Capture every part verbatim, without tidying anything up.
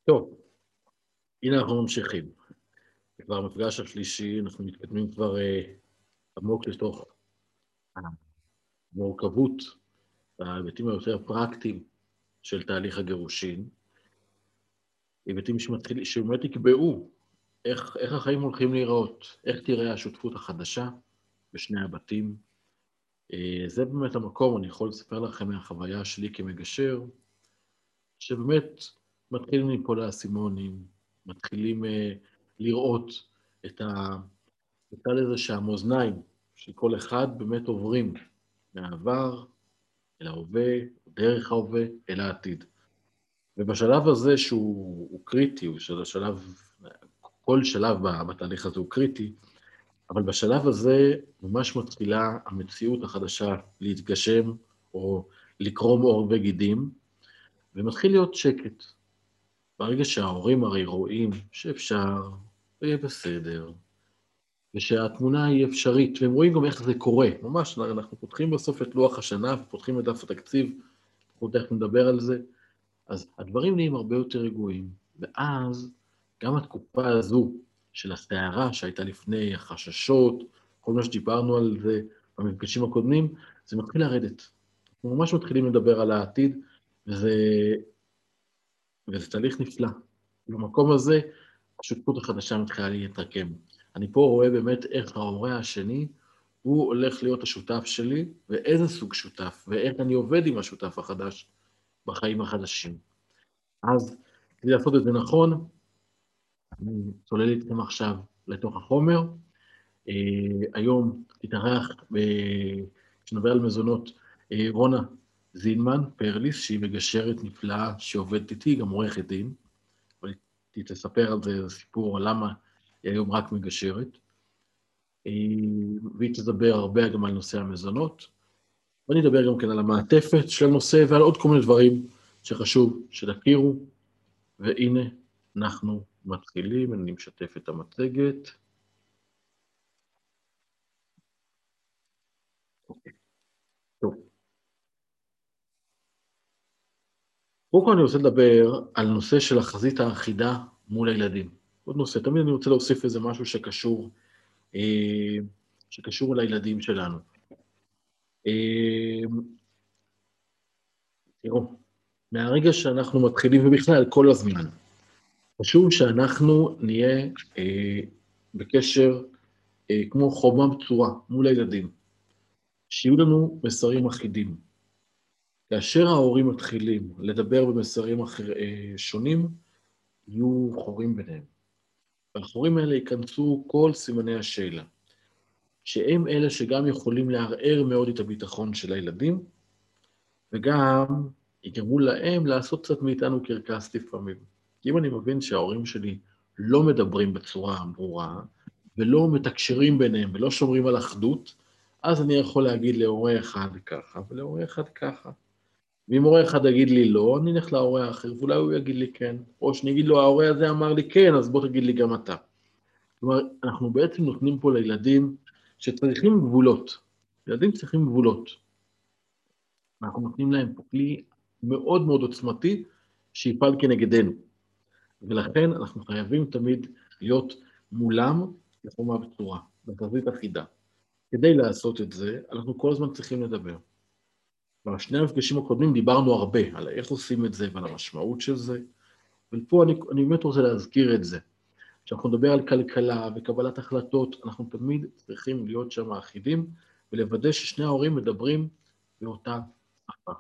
טוב, הנה אנחנו ממשיכים. כבר המפגש השלישי, אנחנו מתקדמים כבר אה, עמוק לתוך המורכבות, ההיבטים היותר פרקטיים של תהליך הגירושין, היבטים שמתחיל, שבאמת יקבעו איך, איך החיים הולכים להיראות, איך תראה השותפות החדשה בשני הבתים. אה, זה באמת המקום, אני יכול לספר לכם מהחוויה שלי כמגשר, שבאמת מתחילים ליפול האסימונים, מתחילים אה, לראות את ה... נקרא לזה שהמאזניים של כל אחד באמת עוברים מהעבר אל ההווה, דרך ההווה אל העתיד. ובשלב הזה שהוא הוא קריטי, הוא של השלב, כל שלב בתהליך הזה הוא קריטי, אבל בשלב הזה ממש מתחילה המציאות החדשה להתגשם או לקרום עור וגידים, ומתחיל להיות שקט. ברגע שההורים הרי רואים שאפשר, ויהיה בסדר, ושהתמונה היא אפשרית, והם רואים גם איך זה קורה. ממש, אנחנו פותחים בסוף את לוח השנה, ופותחים את דף התקציב, אנחנו תכף נדבר על זה, אז הדברים נהיים הרבה יותר רגועים, ואז גם התקופה הזו של הסערה שהייתה לפני החששות, כל מה שדיברנו על זה במפגשים הקודמים, זה מתחיל לרדת. אנחנו ממש מתחילים לדבר על העתיד, וזה, וזה תהליך נפלא. במקום הזה, השותפות החדשה מתחילה להתרקם. אני פה רואה באמת איך ההורה השני, הוא הולך להיות השותף שלי, ואיזה סוג שותף, ואיך אני עובד עם השותף החדש בחיים החדשים. אז כדי לעשות את זה נכון, אני צולל איתכם עכשיו לתוך החומר. אה, היום תתארח, כשנדבר על מזונות, אה, רונה זינמן פרליס, שהיא מגשרת נפלאה, שעובדת איתי, גם עורכת דין, אבל היא תספר על זה סיפור, על למה היא היום רק מגשרת, אה, והיא תדבר הרבה גם על נושא המזונות, ואני אדבר גם כן על המעטפת של הנושא, ועל עוד כל מיני דברים שחשוב שתכירו, והנה אנחנו מתחילים, אני משתף את המצגת. אוקיי, טוב. קודם כל אני רוצה לדבר על נושא של החזית האחידה מול הילדים. עוד נושא, תמיד אני רוצה להוסיף איזה משהו שקשור, אה, שקשור לילדים שלנו. אה, תראו, מהרגע שאנחנו מתחילים, ובכלל כל הזמן, חשוב שאנחנו נהיה אה, בקשר אה, כמו חומה בצורה מול הילדים, שיהיו לנו מסרים אחידים. כאשר ההורים מתחילים לדבר במסרים אחר, אה, שונים, יהיו חורים ביניהם. והחורים האלה ייכנסו כל סימני השאלה, שהם אלה שגם יכולים לערער מאוד את הביטחון של הילדים, וגם יגרמו להם לעשות קצת מאיתנו קרקס לפעמים. כי אם אני מבין שההורים שלי לא מדברים בצורה ברורה, ולא מתקשרים ביניהם ולא שומרים על אחדות, אז אני יכול להגיד להורה אחד ככה ולהורה אחד ככה. ואם הורה אחד יגיד לי לא, אני אלך להורה האחר, ואולי הוא יגיד לי כן. או שאני אגיד לו, ההורה הזה אמר לי כן, אז בוא תגיד לי גם אתה. כלומר, אנחנו בעצם נותנים פה לילדים שצריכים גבולות. ילדים צריכים גבולות. אנחנו נותנים להם פה כלי מאוד מאוד עוצמתי, שיפעל כנגדנו. ולכן אנחנו חייבים תמיד להיות מולם לחומה בצורה, בחזית אחידה. כדי לעשות את זה, אנחנו כל הזמן צריכים לדבר. בשני המפגשים הקודמים דיברנו הרבה על איך עושים את זה ועל המשמעות של זה, ופה אני, אני באמת רוצה להזכיר את זה. כשאנחנו נדבר על כלכלה וקבלת החלטות, אנחנו תמיד צריכים להיות שם אחידים, ולוודא ששני ההורים מדברים באותה שפה.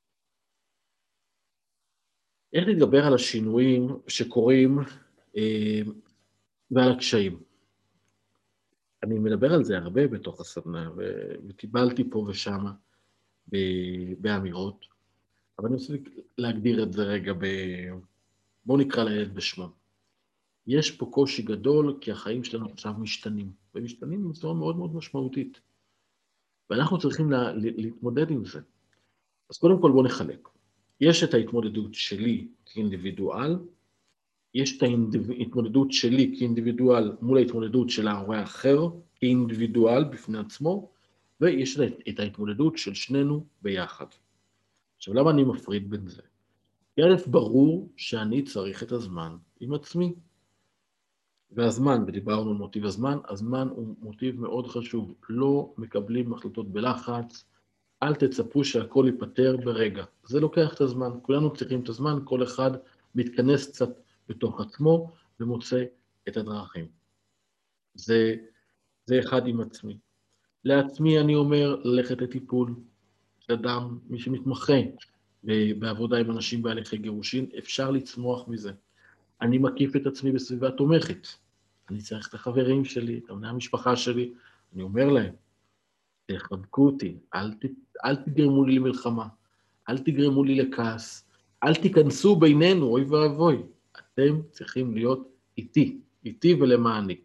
איך להתגבר על השינויים שקורים אה, ועל הקשיים? אני מדבר על זה הרבה בתוך הסדנה, וקיבלתי פה ושם באמירות, אבל אני רוצה להגדיר את זה רגע, ב... בואו נקרא לילד בשמו. יש פה קושי גדול, כי החיים שלנו עכשיו משתנים, ומשתנים בצורה מאוד מאוד משמעותית. ואנחנו צריכים לה, להתמודד עם זה. אז קודם כל בואו נחלק. יש את ההתמודדות שלי כאינדיבידואל, יש את ההתמודדות שלי כאינדיבידואל מול ההתמודדות של ההורה האחר, כאינדיבידואל בפני עצמו, ויש את ההתמודדות של שנינו ביחד. עכשיו, למה אני מפריד בין זה? א', ברור שאני צריך את הזמן עם עצמי. והזמן, ודיברנו על מוטיב הזמן, הזמן הוא מוטיב מאוד חשוב. לא מקבלים החלטות בלחץ, אל תצפו שהכל ייפטר ברגע. זה לוקח את הזמן, כולנו צריכים את הזמן, כל אחד מתכנס קצת בתוך עצמו ומוצא את הדרכים. זה, זה אחד עם עצמי. לעצמי אני אומר ללכת לטיפול, אדם, מי שמתמחה בעבודה עם אנשים בהליכי גירושין, אפשר לצמוח מזה. אני מקיף את עצמי בסביבה תומכת. אני צריך את החברים שלי, את בני המשפחה שלי, אני אומר להם, תחבקו אותי, אל, ת, אל תגרמו לי למלחמה, אל תגרמו לי לכעס, אל תיכנסו בינינו, אוי ואבוי. אתם צריכים להיות איתי, איתי ולמעני.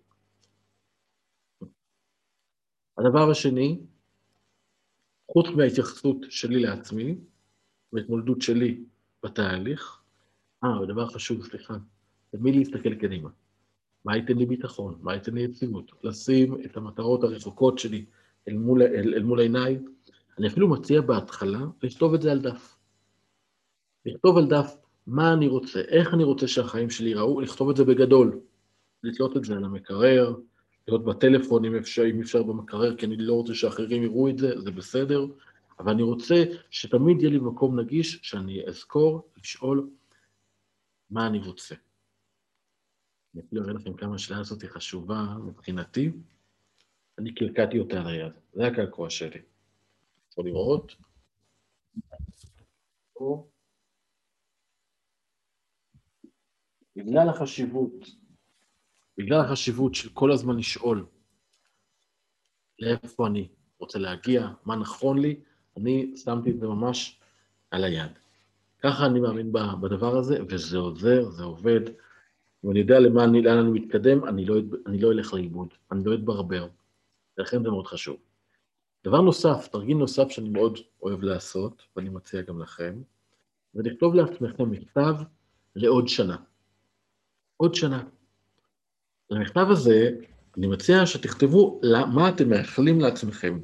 הדבר השני, חוץ מההתייחסות שלי לעצמי, והתמודדות שלי בתהליך, אה, ודבר חשוב, סליחה, תמיד להסתכל קדימה. מה ייתן לי ביטחון? מה ייתן לי יציבות? לשים את המטרות הרחוקות שלי אל מול, אל, אל מול עיניי. אני אפילו מציע בהתחלה לכתוב את זה על דף. לכתוב על דף מה אני רוצה, איך אני רוצה שהחיים שלי ייראו, לכתוב את זה בגדול. לתלות את זה על המקרר, להיות בטלפון אם אפשר, אם אפשר במקרר, כי אני לא רוצה שאחרים יראו את זה, זה בסדר, אבל אני רוצה שתמיד יהיה לי מקום נגיש, שאני אזכור לשאול מה אני רוצה. אני אפילו אראה לכם כמה השאלה הזאת היא חשובה מבחינתי. אני קלקלתי אותה על היד. זה הקעקוע שלי. אפשר לראות? פה. בגלל החשיבות, בגלל החשיבות של כל הזמן לשאול לאיפה אני רוצה להגיע, מה נכון לי, אני שמתי את זה ממש על היד. ככה אני מאמין בדבר הזה, וזה עוזר, זה עובד. ואני יודע למה אני, לאן אני מתקדם, אני לא, אני לא אלך לאיבוד, אני לא אתברבר. ולכן זה מאוד חשוב. דבר נוסף, תרגיל נוסף שאני מאוד אוהב לעשות, ואני מציע גם לכם, זה לכתוב לעצמכם מכתב לעוד שנה. עוד שנה. למכתב הזה, אני מציע שתכתבו מה אתם מאחלים לעצמכם.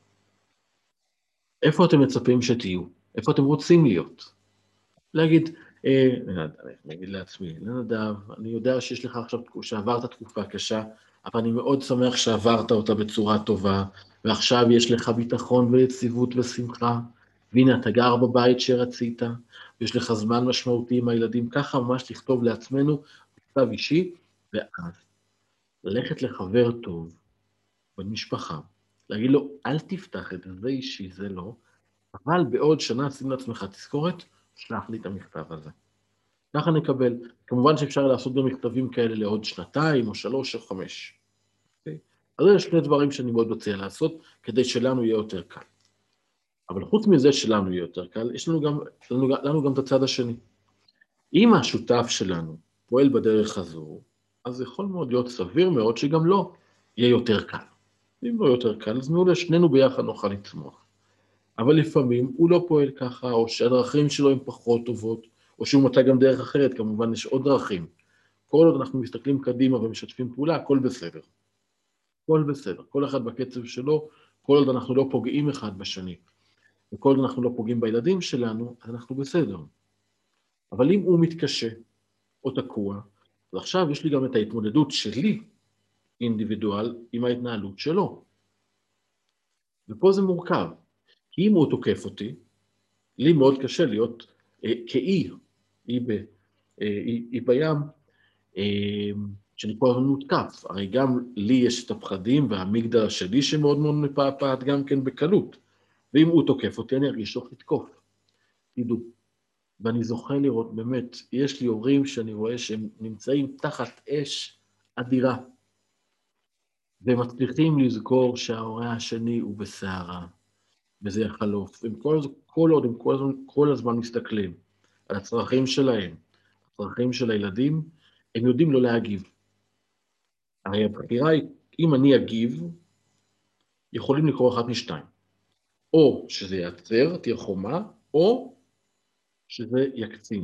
איפה אתם מצפים שתהיו? איפה אתם רוצים להיות? להגיד, אה, אני אגיד לעצמי, לנדב, אני יודע שיש לך עכשיו, שעברת תקופה קשה, אבל אני מאוד שמח שעברת אותה בצורה טובה, ועכשיו יש לך ביטחון ויציבות ושמחה, והנה אתה גר בבית שרצית, ויש לך זמן משמעותי עם הילדים, ככה ממש לכתוב לעצמנו מכתב אישי, ואז ללכת לחבר טוב, במשפחה, להגיד לו, אל תפתח את זה, זה אישי, זה לא, אבל בעוד שנה שים לעצמך תזכורת, שלח לי את המכתב הזה. ככה נקבל. כמובן שאפשר לעשות גם מכתבים כאלה לעוד שנתיים, או שלוש, או חמש. Okay? אז יש שני דברים שאני מאוד מציע לעשות, כדי שלנו יהיה יותר קל. אבל חוץ מזה שלנו יהיה יותר קל, יש לנו גם, לנו, לנו גם את הצד השני. אם השותף שלנו פועל בדרך הזו, אז יכול מאוד להיות סביר מאוד שגם לא יהיה יותר קל. אם לא יותר קל, אז מעולה, שנינו ביחד נוכל לצמוח. אבל לפעמים הוא לא פועל ככה, או שהדרכים שלו הן פחות טובות, או שהוא מצא גם דרך אחרת, כמובן יש עוד דרכים. כל עוד אנחנו מסתכלים קדימה ומשתפים פעולה, הכל בסדר. הכל בסדר, כל אחד בקצב שלו, כל עוד אנחנו לא פוגעים אחד בשני, וכל עוד אנחנו לא פוגעים בילדים שלנו, אז אנחנו בסדר. אבל אם הוא מתקשה, או תקוע, אז עכשיו יש לי גם את ההתמודדות שלי, אינדיבידואל, עם ההתנהלות שלו. ופה זה מורכב, כי אם הוא תוקף אותי, לי מאוד קשה להיות אה, כאי, אי, ב, אה, אי, אי בים, אה, שאני כל הזמן מותקף. הרי גם לי יש את הפחדים והמגדל שלי שמאוד מאוד מפעפעת גם כן בקלות. ואם הוא תוקף אותי, אני ארגיש שוך לתקוף. תדעו. ואני זוכה לראות, באמת, יש לי הורים שאני רואה שהם נמצאים תחת אש אדירה, ומצליחים לזכור שההורה השני הוא בסערה, וזה יחלוף. הם כל, כל עוד הם כל הזמן, כל הזמן מסתכלים על הצרכים שלהם, הצרכים של הילדים, הם יודעים לא להגיב. הרי הבחירה היא, אם אני אגיב, יכולים לקרוא אחת משתיים. או שזה ייצר, תהיה חומה, או שזה יקצין.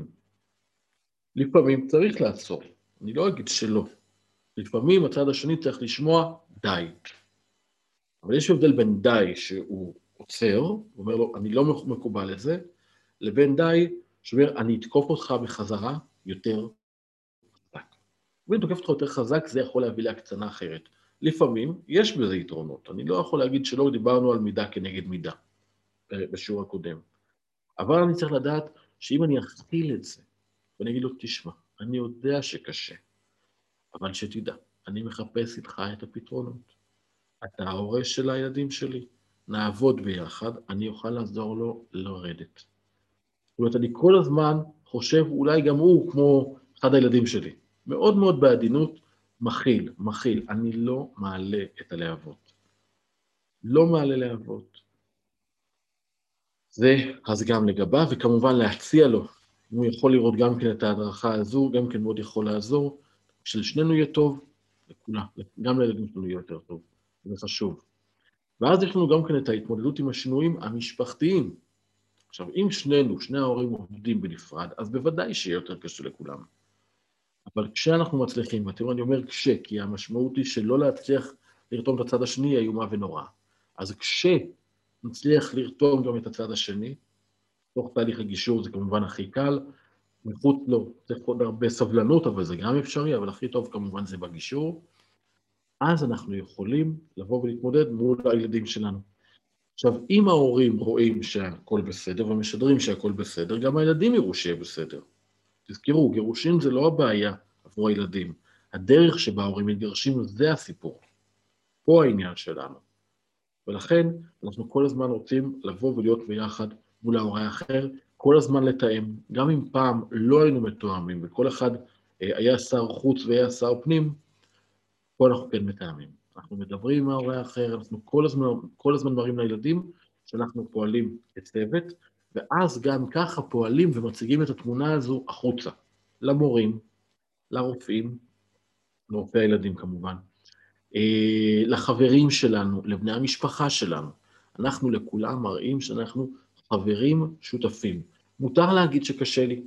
לפעמים צריך לעצור, אני לא אגיד שלא. לפעמים הצד השני צריך לשמוע די. אבל יש הבדל בין די שהוא עוצר, הוא אומר לו, אני לא מקובל לזה, לבין די שאומר, אני אתקוף אותך בחזרה יותר חזק. אם אני תוקף אותך יותר חזק, זה יכול להביא להקצנה אחרת. לפעמים יש בזה יתרונות. אני לא יכול להגיד שלא דיברנו על מידה כנגד מידה בשיעור הקודם. אבל אני צריך לדעת שאם אני אכיל את זה, ואני אגיד לו, תשמע, אני יודע שקשה, אבל שתדע, אני מחפש איתך את הפתרונות. אתה ההורה של הילדים שלי, נעבוד ביחד, אני אוכל לעזור לו לרדת. זאת אומרת, אני כל הזמן חושב, אולי גם הוא כמו אחד הילדים שלי. מאוד מאוד בעדינות, מכיל, מכיל. אני לא מעלה את הלהבות. לא מעלה להבות. זה אז גם לגביו, וכמובן להציע לו, אם הוא יכול לראות גם כן את ההדרכה הזו, גם כן מאוד יכול לעזור, כשלשנינו יהיה טוב, לכולם, גם לילדים שלנו יהיה יותר טוב, זה חשוב. ואז יש לנו גם כן את ההתמודדות עם השינויים המשפחתיים. עכשיו, אם שנינו, שני ההורים עובדים בנפרד, אז בוודאי שיהיה יותר קשה לכולם. אבל כשאנחנו מצליחים, ואתם אני אומר כש, כי המשמעות היא שלא להצליח לרתום את הצד השני היא איומה ונורא. אז כשנצליח לרתום גם את הצד השני, תוך תהליך הגישור זה כמובן הכי קל, מחוץ לו צריך עוד הרבה סבלנות, אבל זה גם אפשרי, אבל הכי טוב כמובן זה בגישור, אז אנחנו יכולים לבוא ולהתמודד מול הילדים שלנו. עכשיו, אם ההורים רואים שהכל בסדר ומשדרים שהכל בסדר, גם הילדים יראו שיהיה בסדר. תזכרו, גירושים זה לא הבעיה עבור הילדים. הדרך שבה ההורים מתגרשים זה הסיפור. פה העניין שלנו. ולכן אנחנו כל הזמן רוצים לבוא ולהיות ביחד מול ההורה האחר, כל הזמן לתאם. גם אם פעם לא היינו מתואמים, וכל אחד היה שר חוץ והיה שר פנים, פה אנחנו כן מתאמים. אנחנו מדברים עם ההורה האחר, אנחנו כל הזמן, כל הזמן מראים לילדים שאנחנו פועלים כצוות, ואז גם ככה פועלים ומציגים את התמונה הזו החוצה, למורים, לרופאים, לרופאי הילדים כמובן, לחברים שלנו, לבני המשפחה שלנו. אנחנו לכולם מראים שאנחנו חברים שותפים. מותר להגיד שקשה לי.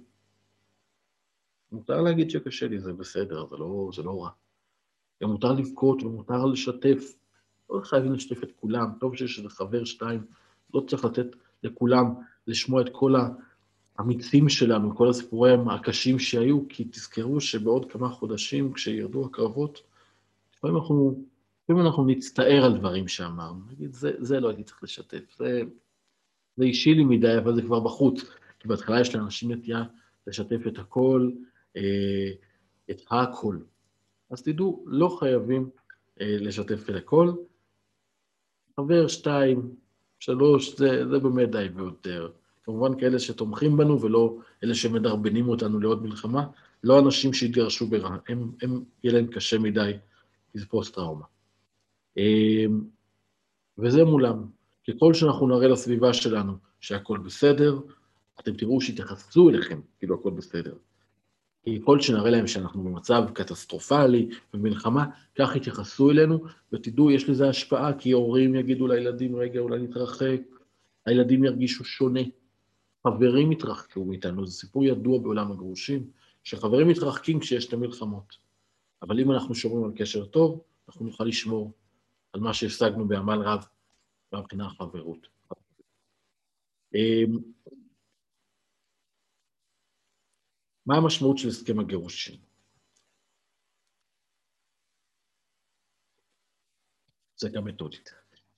מותר להגיד שקשה לי, זה בסדר, זה לא, זה לא רע. גם מותר לבכות ומותר לשתף. לא חייבים לשתף את כולם, טוב שיש איזה חבר שתיים, לא צריך לתת לכולם לשמוע את כל האמיצים שלנו, כל הסיפורים הקשים שהיו, כי תזכרו שבעוד כמה חודשים, כשירדו הקרבות, לפעמים אנחנו, לפעמים אנחנו נצטער על דברים שאמרנו, נגיד, זה, זה לא הייתי צריך לשתף, זה, זה אישי לי מדי, אבל זה כבר בחוץ, כי בהתחלה יש לאנשים נטייה לשתף את הכל, את הכל. אז תדעו, לא חייבים לשתף את הכל, חבר שתיים, שלוש, זה, זה באמת די ויותר. כמובן כאלה שתומכים בנו ולא אלה שמדרבנים אותנו לעוד מלחמה, לא אנשים שהתגרשו ברע, הם, הם יהיה להם קשה מדי, כי זה פוסט-טראומה. וזה מולם. ככל שאנחנו נראה לסביבה שלנו שהכל בסדר, אתם תראו שיתייחסו אליכם, כאילו הכל בסדר. ככל שנראה להם שאנחנו במצב קטסטרופלי ומלחמה, כך יתייחסו אלינו, ותדעו, יש לזה השפעה, כי הורים יגידו לילדים, רגע, אולי נתרחק, הילדים ירגישו שונה, חברים יתרחקו מאיתנו, זה סיפור ידוע בעולם הגרושים, שחברים מתרחקים כשיש את המלחמות. אבל אם אנחנו שומרים על קשר טוב, אנחנו נוכל לשמור על מה שהשגנו בעמל רב, מבחינה החברות. מה המשמעות של הסכם הגירושין? זה גם מתודית.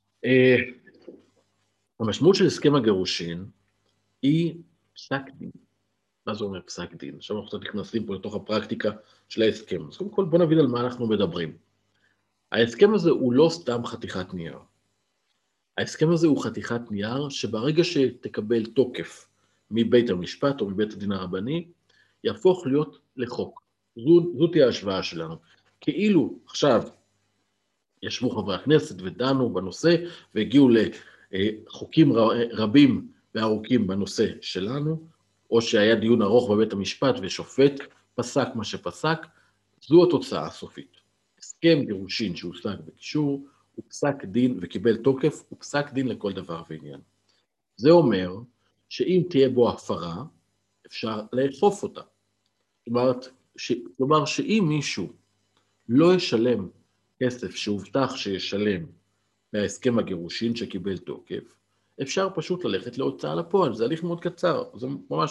המשמעות של הסכם הגירושין היא פסק דין. מה זה אומר פסק דין? עכשיו אנחנו קצת נכנסים פה לתוך הפרקטיקה של ההסכם. אז קודם כל בוא נבין על מה אנחנו מדברים. ההסכם הזה הוא לא סתם חתיכת נייר. ההסכם הזה הוא חתיכת נייר שברגע שתקבל תוקף מבית המשפט או מבית הדין הרבני, יהפוך להיות לחוק. זו, זו תהיה ההשוואה שלנו. כאילו עכשיו ישבו חברי הכנסת ודנו בנושא והגיעו לחוקים רבים וארוכים בנושא שלנו, או שהיה דיון ארוך בבית המשפט ושופט פסק מה שפסק, זו התוצאה הסופית. הסכם גירושין שהושג בקישור, הוא פסק דין וקיבל תוקף, הוא פסק דין לכל דבר ועניין. זה אומר שאם תהיה בו הפרה, אפשר לאכוף אותה. כלומר, שאם מישהו לא ישלם כסף שהובטח שישלם מההסכם הגירושין שקיבל תוקף, אפשר פשוט ללכת להוצאה לפועל, זה הליך מאוד קצר, זה ממש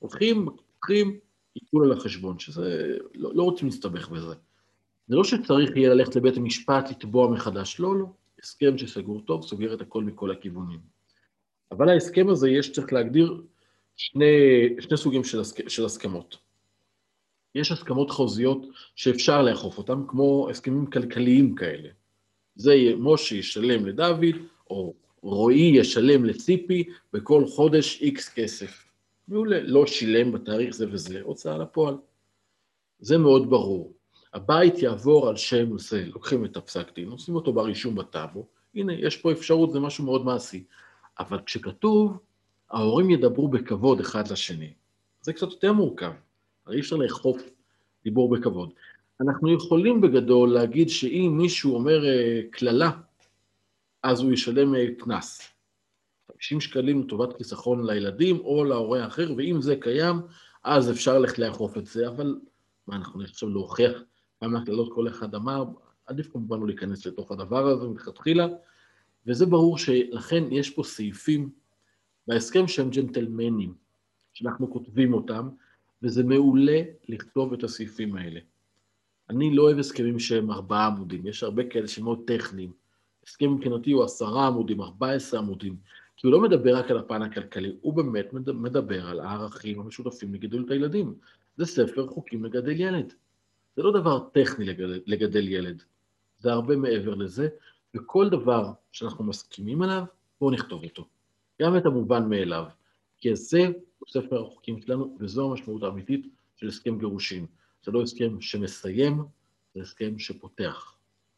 הולכים, הולכים, ייתנו על החשבון, שזה, לא, לא רוצים להסתבך בזה. זה לא שצריך יהיה ללכת לבית המשפט, לתבוע מחדש, לא, לא. הסכם שסגור טוב, סוגר את הכל מכל הכיוונים. אבל ההסכם הזה יש צריך להגדיר שני, שני סוגים של, הסכ, של הסכמות. יש הסכמות חוזיות שאפשר לאכוף אותן, כמו הסכמים כלכליים כאלה. זה יהיה משה ישלם לדוד, או רועי ישלם לציפי, בכל חודש איקס כסף. והוא לא שילם בתאריך זה וזה, הוצאה לפועל. זה מאוד ברור. הבית יעבור על שם זה, לוקחים את הפסק דין, עושים אותו ברישום בטאבו, הנה, יש פה אפשרות, זה משהו מאוד מעשי. אבל כשכתוב, ההורים ידברו בכבוד אחד לשני. זה קצת יותר מורכב, הרי אי אפשר לאכוף דיבור בכבוד. אנחנו יכולים בגדול להגיד שאם מישהו אומר כללה, אז הוא ישלם קנס. חמישים שקלים לטובת חיסכון לילדים או להורה האחר, ואם זה קיים, אז אפשר ללכת לאכוף את זה, אבל מה, אנחנו נחשב להוכיח כמה הכללות כל אחד אמר, עדיף כמובן לא להיכנס לתוך הדבר הזה מלכתחילה, וזה ברור שלכן יש פה סעיפים בהסכם שהם ג'נטלמנים, שאנחנו כותבים אותם, וזה מעולה לכתוב את הסעיפים האלה. אני לא אוהב הסכמים שהם ארבעה עמודים, יש הרבה כאלה שהם מאוד טכניים. הסכם מבחינתי הוא עשרה עמודים, ארבעה עשר עמודים, כי הוא לא מדבר רק על הפן הכלכלי, הוא באמת מדבר על הערכים המשותפים לגידול את הילדים. זה ספר חוקים לגדל ילד. זה לא דבר טכני לגדל, לגדל ילד, זה הרבה מעבר לזה, וכל דבר שאנחנו מסכימים עליו, בואו נכתוב אותו. גם את המובן מאליו, כי זה הוא ספר החוקים שלנו, וזו המשמעות האמיתית של הסכם גירושין. זה לא הסכם שמסיים, זה הסכם שפותח.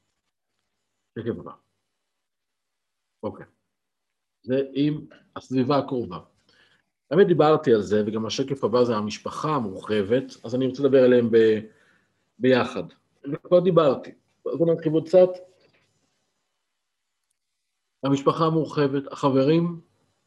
שקף הבא. אוקיי. זה עם הסביבה הקרובה. באמת דיברתי על זה, וגם השקף הבא זה המשפחה המורחבת, אז אני רוצה לדבר עליהם ב... ביחד. כבר דיברתי. בואו נרחיב עוד קצת. המשפחה המורחבת, החברים,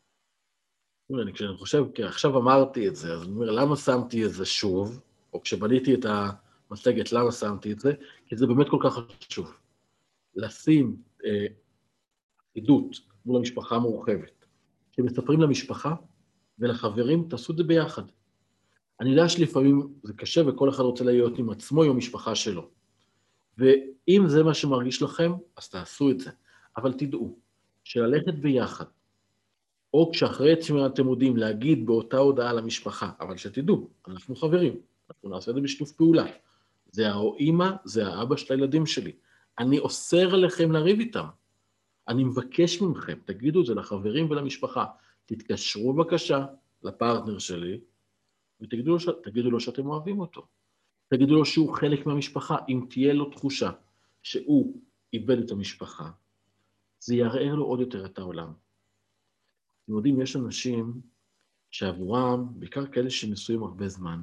אני כשאני חושב, כי עכשיו אמרתי את זה, אז אני אומר, למה שמתי את זה שוב, או כשבניתי את המצגת, למה שמתי את זה? כי זה באמת כל כך חשוב. לשים אה, עדות מול המשפחה המורחבת. כשמספרים למשפחה ולחברים, תעשו את זה ביחד. אני יודע שלפעמים זה קשה, וכל אחד רוצה להיות עם עצמו, עם המשפחה שלו. ואם זה מה שמרגיש לכם, אז תעשו את זה. אבל תדעו, שללכת ביחד, או כשאחרי אתם יודעים להגיד באותה הודעה למשפחה, אבל שתדעו, אנחנו חברים, אנחנו נעשה את זה בשיתוף פעולה. זה האמא, זה האבא של הילדים שלי. אני אוסר עליכם לריב איתם. אני מבקש מכם, תגידו את זה לחברים ולמשפחה. תתקשרו בבקשה לפרטנר שלי, ותגידו לו, ש... תגידו לו שאתם אוהבים אותו. תגידו לו שהוא חלק מהמשפחה. אם תהיה לו תחושה שהוא איבד את המשפחה, זה יערער לו עוד יותר את העולם. אתם יודעים, יש אנשים שעבורם, בעיקר כאלה שנשואים הרבה זמן,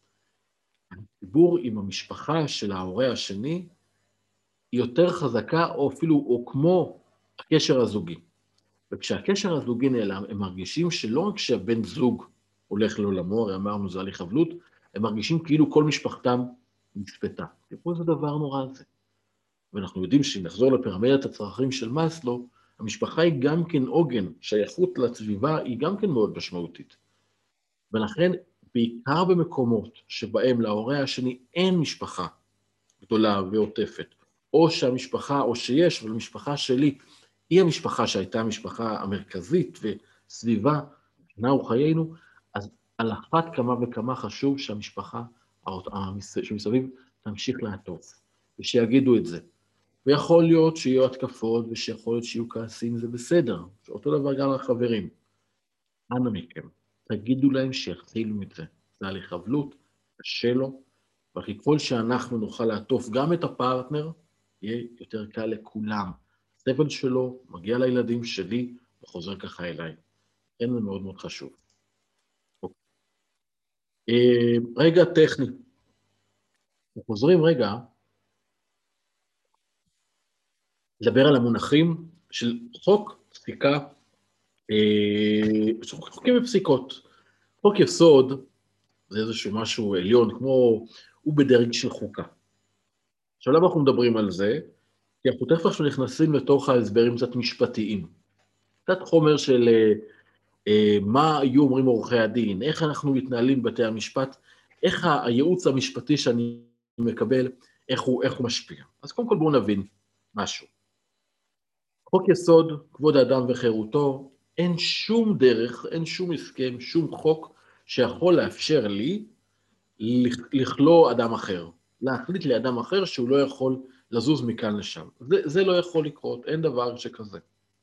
הדיבור עם המשפחה של ההורה השני היא יותר חזקה, או אפילו, או כמו הקשר הזוגי. וכשהקשר הזוגי נעלם, הם מרגישים שלא רק שהבן זוג הולך לעולמו, הרי אמרנו זה הליך אבלות, הם מרגישים כאילו כל משפחתם נספתה. ופה זה דבר נורא זה. ואנחנו יודעים שאם נחזור לפירמידת הצרכים של מאסלו, המשפחה היא גם כן עוגן, שייכות לסביבה היא גם כן מאוד משמעותית. ולכן, בעיקר במקומות שבהם להורה השני אין משפחה גדולה ועוטפת, או שהמשפחה, או שיש, אבל המשפחה שלי, היא המשפחה שהייתה המשפחה המרכזית וסביבה, נעו חיינו, אז על אחת כמה וכמה חשוב שהמשפחה שמסביב תמשיך לעטוף, ושיגידו את זה. ויכול להיות שיהיו התקפות, ושיכול להיות שיהיו כעסים, זה בסדר. אותו דבר גם לחברים. אנא מכם, תגידו להם שיחזילו מזה. זה הליך אבלות, קשה לו, וככל שאנחנו נוכל לעטוף גם את הפרטנר, יהיה יותר קל לכולם. הסבל שלו מגיע לילדים שלי, וחוזר ככה אליי. כן, זה מאוד מאוד חשוב. רגע טכני. אנחנו חוזרים רגע, לדבר על המונחים של חוק, פסיקה, אה, חוקים ופסיקות. חוק יסוד זה איזשהו משהו עליון, כמו הוא בדרג של חוקה. עכשיו למה אנחנו מדברים על זה? כי אנחנו תכף עכשיו נכנסים לתוך ההסברים קצת משפטיים. קצת חומר של מה היו אומרים עורכי הדין, איך אנחנו מתנהלים בבתי המשפט, איך הייעוץ המשפטי שאני מקבל, איך הוא, איך הוא משפיע. אז קודם כל בואו נבין משהו. חוק יסוד, כבוד האדם וחירותו, אין שום דרך, אין שום הסכם, שום חוק שיכול לאפשר לי לכלוא אדם אחר, להחליט לאדם אחר שהוא לא יכול לזוז מכאן לשם. זה, זה לא יכול לקרות, אין דבר שכזה.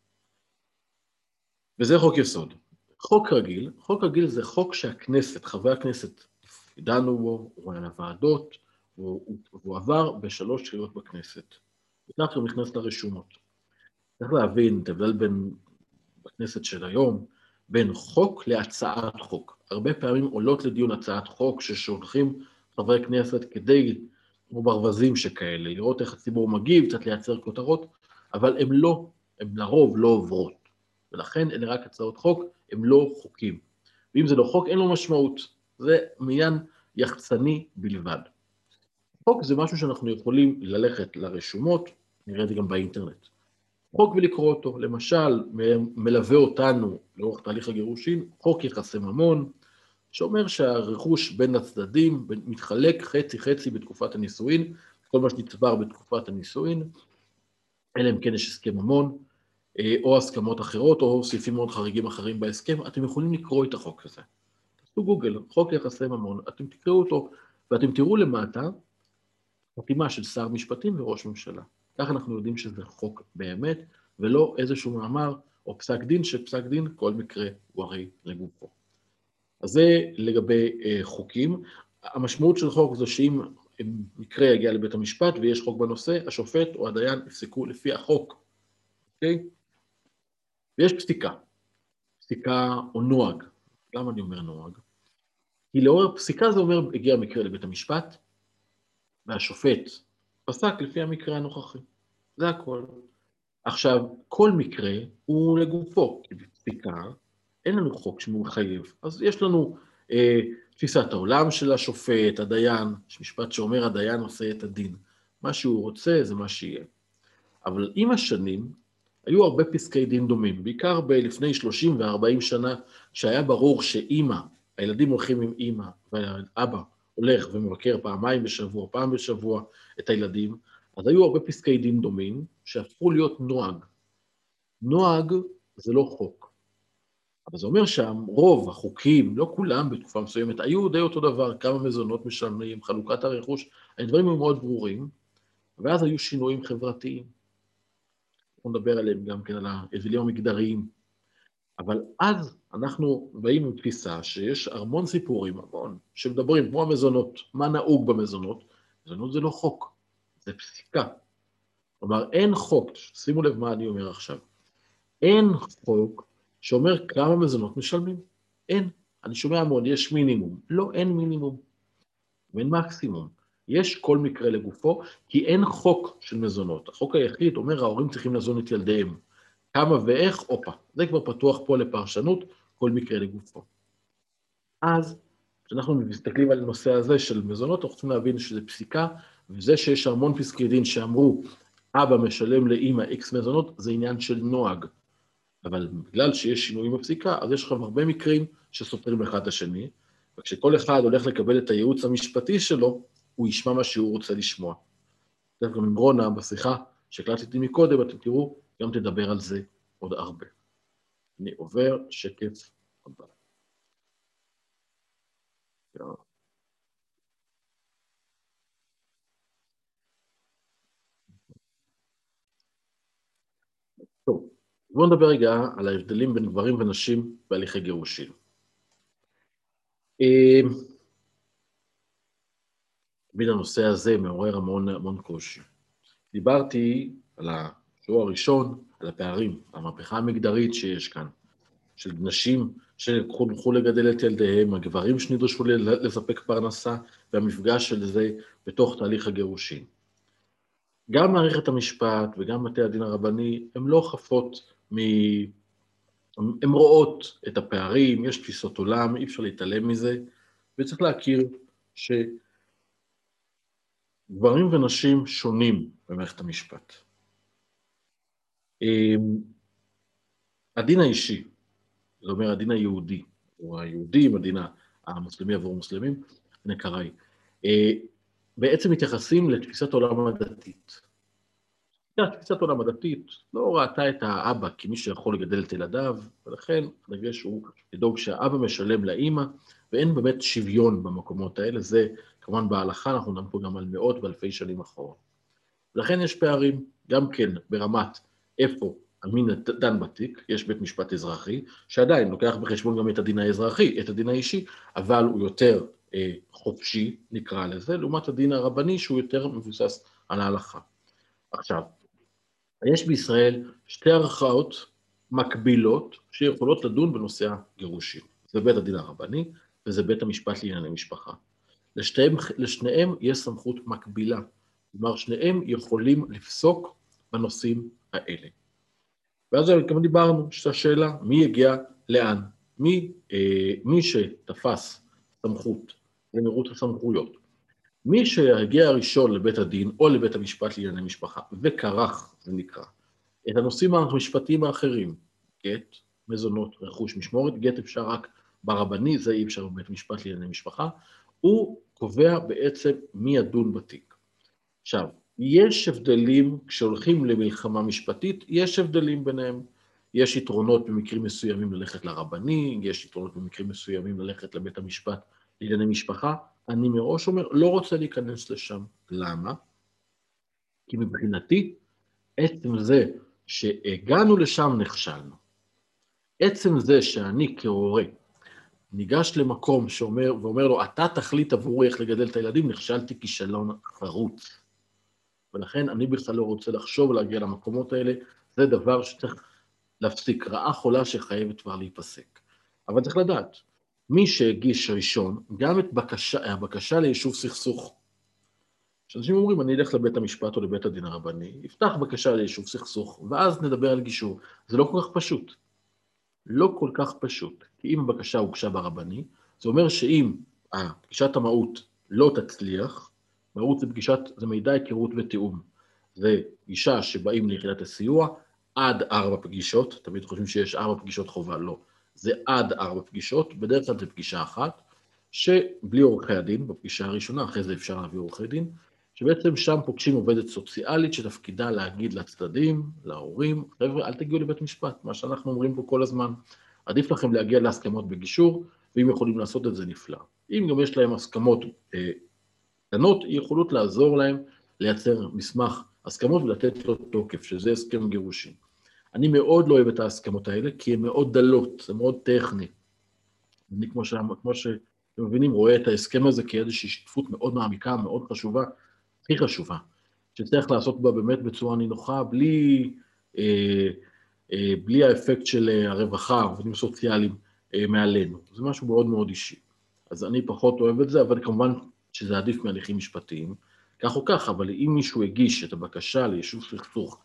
וזה חוק יסוד. חוק רגיל, חוק רגיל זה חוק שהכנסת, חברי הכנסת, דנו בו, הוא היה לוועדות, והוא, והוא עבר בשלוש קריאות בכנסת. וכך הוא נכנס לרשומות. צריך להבין, תבדל בין, בכנסת של היום, בין חוק להצעת חוק. הרבה פעמים עולות לדיון הצעת חוק ששולחים חברי כנסת כדי, כמו ברווזים שכאלה, לראות איך הציבור מגיב, קצת לייצר כותרות, אבל הן לא, הן לרוב לא עוברות. ולכן אלה רק הצעות חוק, הם לא חוקים. ואם זה לא חוק, אין לו משמעות. זה מעניין יחצני בלבד. חוק זה משהו שאנחנו יכולים ללכת לרשומות, נראה את זה גם באינטרנט. חוק ולקרוא אותו, למשל, מלווה אותנו לאורך תהליך הגירושין, חוק יחסי ממון, שאומר שהרכוש בין הצדדים מתחלק חצי-חצי בתקופת הנישואין, כל מה שנצבר בתקופת הנישואין, אלא אם כן יש הסכם ממון, או הסכמות אחרות, או סעיפים מאוד חריגים אחרים בהסכם, אתם יכולים לקרוא את החוק הזה. תעשו גוגל, חוק יחסי ממון, אתם תקראו אותו, ואתם תראו למטה, חתימה של שר משפטים וראש ממשלה. כך אנחנו יודעים שזה חוק באמת, ולא איזשהו מאמר או פסק דין, שפסק דין כל מקרה הוא הרי לגופו. אז זה לגבי uh, חוקים. המשמעות של חוק זה שאם מקרה יגיע לבית המשפט ויש חוק בנושא, השופט או הדיין יפסקו לפי החוק. אוקיי? ויש פסיקה. פסיקה או נוהג. למה אני אומר נוהג? כי לאור פסיקה זה אומר, הגיע מקרה לבית המשפט, והשופט פסק לפי המקרה הנוכחי. זה הכל. עכשיו, כל מקרה הוא לגופו, כי בפסיקה אין לנו חוק שמחייב. אז יש לנו אה, תפיסת העולם של השופט, הדיין, יש משפט שאומר, הדיין עושה את הדין. מה שהוא רוצה זה מה שיהיה. אבל עם השנים, היו הרבה פסקי דין דומים, בעיקר בלפני שלושים ו-ארבעים שנה, שהיה ברור שאמא, הילדים הולכים עם אמא, והאבא הולך ומבקר פעמיים בשבוע, פעם בשבוע את הילדים, אז היו הרבה פסקי דין דומים, שהפכו להיות נוהג. נוהג זה לא חוק. אבל זה אומר שהרוב החוקים, לא כולם בתקופה מסוימת, היו די אותו דבר, כמה מזונות משלמים, חלוקת הרכוש, הדברים היו מאוד ברורים, ואז היו שינויים חברתיים. אנחנו נדבר עליהם גם כן, על ההבדלים המגדריים. אבל אז אנחנו באים עם תפיסה שיש המון סיפורים, המון, שמדברים כמו המזונות, מה נהוג במזונות. מזונות זה לא חוק, זה פסיקה. כלומר, אין חוק, שימו לב מה אני אומר עכשיו, אין חוק שאומר כמה מזונות משלמים. אין. אני שומע המון, יש מינימום. לא, אין מינימום. ואין מקסימום. יש כל מקרה לגופו, כי אין חוק של מזונות. החוק היחיד אומר, ההורים צריכים לזון את ילדיהם. כמה ואיך, אופה. זה כבר פתוח פה לפרשנות, כל מקרה לגופו. אז, כשאנחנו מסתכלים על הנושא הזה של מזונות, אנחנו צריכים להבין שזה פסיקה, וזה שיש המון פסקי דין שאמרו, אבא משלם לאמא איקס מזונות, זה עניין של נוהג. אבל בגלל שיש שינויים בפסיקה, אז יש לכם הרבה מקרים שסותרים אחד את השני, וכשכל אחד הולך לקבל את הייעוץ המשפטי שלו, הוא ישמע מה שהוא רוצה לשמוע. דרך גם עם רונה, בשיחה שהקלטתי מקודם, אתם תראו, גם תדבר על זה עוד הרבה. אני עובר שקף הבא. טוב, בואו נדבר רגע על ההבדלים בין גברים ונשים בהליכי גירושין. בין הנושא הזה מעורר המון, המון קושי. דיברתי על השיעור הראשון, על הפערים, המהפכה המגדרית שיש כאן, של נשים שחונכו לגדל את ילדיהם, הגברים שנדרשו לספק פרנסה, והמפגש של זה בתוך תהליך הגירושין. גם מערכת המשפט וגם בתי הדין הרבני, הן לא חפות מ... הן רואות את הפערים, יש תפיסות עולם, אי אפשר להתעלם מזה, וצריך להכיר שגברים ונשים שונים במערכת המשפט. הדין האישי זה אומר הדין היהודי, או היהודי, מדינה המוסלמי עבור מוסלמים, נקראי. בעצם מתייחסים לתפיסת עולם הדתית. תפיסת עולם הדתית לא ראתה את האבא כמי שיכול לגדל את ילדיו, ולכן הדגש הוא לדאוג שהאבא משלם לאמא, ואין באמת שוויון במקומות האלה, זה כמובן בהלכה, אנחנו נדבר פה גם על מאות ואלפי שנים אחורה. ולכן יש פערים, גם כן ברמת איפה המין דן בתיק, יש בית משפט אזרחי, שעדיין לוקח בחשבון גם את הדין האזרחי, את הדין האישי, אבל הוא יותר אה, חופשי, נקרא לזה, לעומת הדין הרבני שהוא יותר מבוסס על ההלכה. עכשיו, יש בישראל שתי ערכאות מקבילות שיכולות לדון בנושא הגירושים. זה בית הדין הרבני וזה בית המשפט לענייני משפחה. לשניהם, לשניהם יש סמכות מקבילה. כלומר, שניהם יכולים לפסוק בנושאים האלה. ואז גם דיברנו שזו השאלה, מי יגיע לאן? מי, אה, מי שתפס סמכות למרוץ הסמכויות. מי שהגיע הראשון לבית הדין או לבית המשפט לענייני משפחה, וכרך, זה נקרא, את הנושאים המשפטיים האחרים, גט, מזונות, רכוש, משמורת, גט אפשר רק ברבני, זה אי אפשר בבית המשפט לענייני משפחה, הוא קובע בעצם מי ידון בתיק. עכשיו, יש הבדלים, כשהולכים למלחמה משפטית, יש הבדלים ביניהם. יש יתרונות במקרים מסוימים ללכת לרבני, יש יתרונות במקרים מסוימים ללכת לבית המשפט לענייני משפחה. אני מראש אומר, לא רוצה להיכנס לשם. למה? כי מבחינתי, עצם זה שהגענו לשם נכשלנו. עצם זה שאני כהורה ניגש למקום שאומר, ואומר לו, אתה תחליט עבורי איך לגדל את הילדים, נכשלתי כישלון חרוץ. ולכן אני בכלל לא רוצה לחשוב להגיע למקומות האלה, זה דבר שצריך להפסיק, רעה חולה שחייבת כבר להיפסק. אבל צריך לדעת, מי שהגיש ראשון, גם את בקשה, הבקשה ליישוב סכסוך. כשאנשים אומרים, אני אלך לבית המשפט או לבית הדין הרבני, יפתח בקשה ליישוב סכסוך, ואז נדבר על גישור. זה לא כל כך פשוט. לא כל כך פשוט. כי אם הבקשה הוגשה ברבני, זה אומר שאם פגישת המהות לא תצליח, מהות זה פגישת, זה מידע, היכרות ותיאום. זה פגישה שבאים ליחידת הסיוע, עד ארבע פגישות, תמיד חושבים שיש ארבע פגישות חובה, לא. זה עד ארבע פגישות, בדרך כלל זה פגישה אחת, שבלי עורכי הדין, בפגישה הראשונה, אחרי זה אפשר להביא עורכי דין, שבעצם שם פוגשים עובדת סוציאלית שתפקידה להגיד לצדדים, להורים, חבר'ה, אל תגיעו לבית משפט, מה שאנחנו אומרים פה כל הזמן, עדיף לכם להגיע להסכמות בגישור, ואם יכולים לעשות את זה נפלא. אם גם יש להם הסכמות קטנות, אה, יכולות לעזור להם לייצר מסמך הסכמות ולתת לו תוקף, שזה הסכם גירושים. אני מאוד לא אוהב את ההסכמות האלה, כי הן מאוד דלות, זה מאוד טכני. אני כמו, ש... כמו שאתם מבינים, רואה את ההסכם הזה כאיזושהי שותפות מאוד מעמיקה, מאוד חשובה, הכי חשובה, שצריך לעשות בה באמת בצורה נינוחה, בלי, אה, אה, בלי האפקט של הרווחה, עובדים סוציאליים אה, מעלינו. זה משהו מאוד מאוד אישי. אז אני פחות אוהב את זה, אבל כמובן שזה עדיף מהליכים משפטיים, כך או כך, אבל אם מישהו הגיש את הבקשה ליישוב סכסוך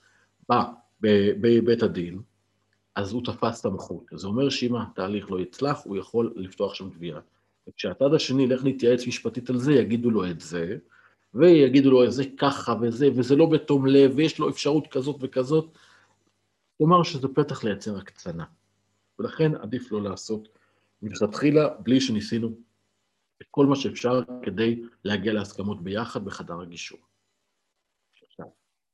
בבית הדין, אז הוא תפס סמכות. זה אומר שאם התהליך לא יצלח, הוא יכול לפתוח שם תביעה. וכשהצד השני ילך להתייעץ משפטית על זה, יגידו לו את זה, ויגידו לו זה ככה וזה, וזה לא בתום לב, ויש לו אפשרות כזאת וכזאת, כלומר שזה פתח לייצר הקצנה. ולכן עדיף לא לעשות מלכתחילה, בלי שניסינו את כל מה שאפשר כדי להגיע להסכמות ביחד בחדר הגישור. עכשיו,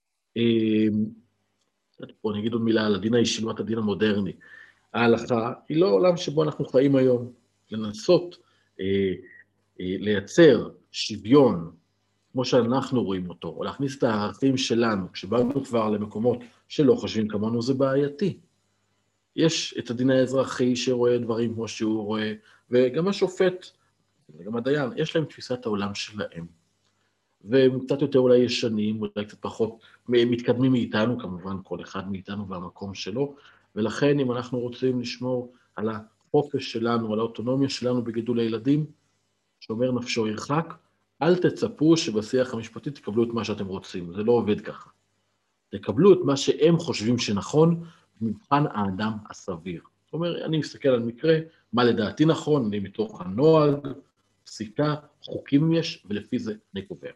פה אני אגיד עוד מילה על הדין האישי, לעומת הדין המודרני. ההלכה היא לא עולם שבו אנחנו חיים היום. לנסות אה, אה, לייצר שוויון, כמו שאנחנו רואים אותו, או להכניס את הערכים שלנו, כשבאנו כבר למקומות שלא חושבים כמונו, זה בעייתי. יש את הדין האזרחי שרואה דברים כמו שהוא רואה, וגם השופט, וגם הדיין, יש להם תפיסת העולם שלהם. והם קצת יותר אולי ישנים, אולי קצת פחות מתקדמים מאיתנו, כמובן כל אחד מאיתנו והמקום שלו, ולכן אם אנחנו רוצים לשמור על החופש שלנו, על האוטונומיה שלנו בגידול הילדים, שאומר נפשו ירחק, אל תצפו שבשיח המשפטי תקבלו את מה שאתם רוצים, זה לא עובד ככה. תקבלו את מה שהם חושבים שנכון, מבחן האדם הסביר. זאת אומרת, אני מסתכל על מקרה, מה לדעתי נכון, אני מתוך הנוהג, פסיקה, חוקים יש, ולפי זה אני קובע.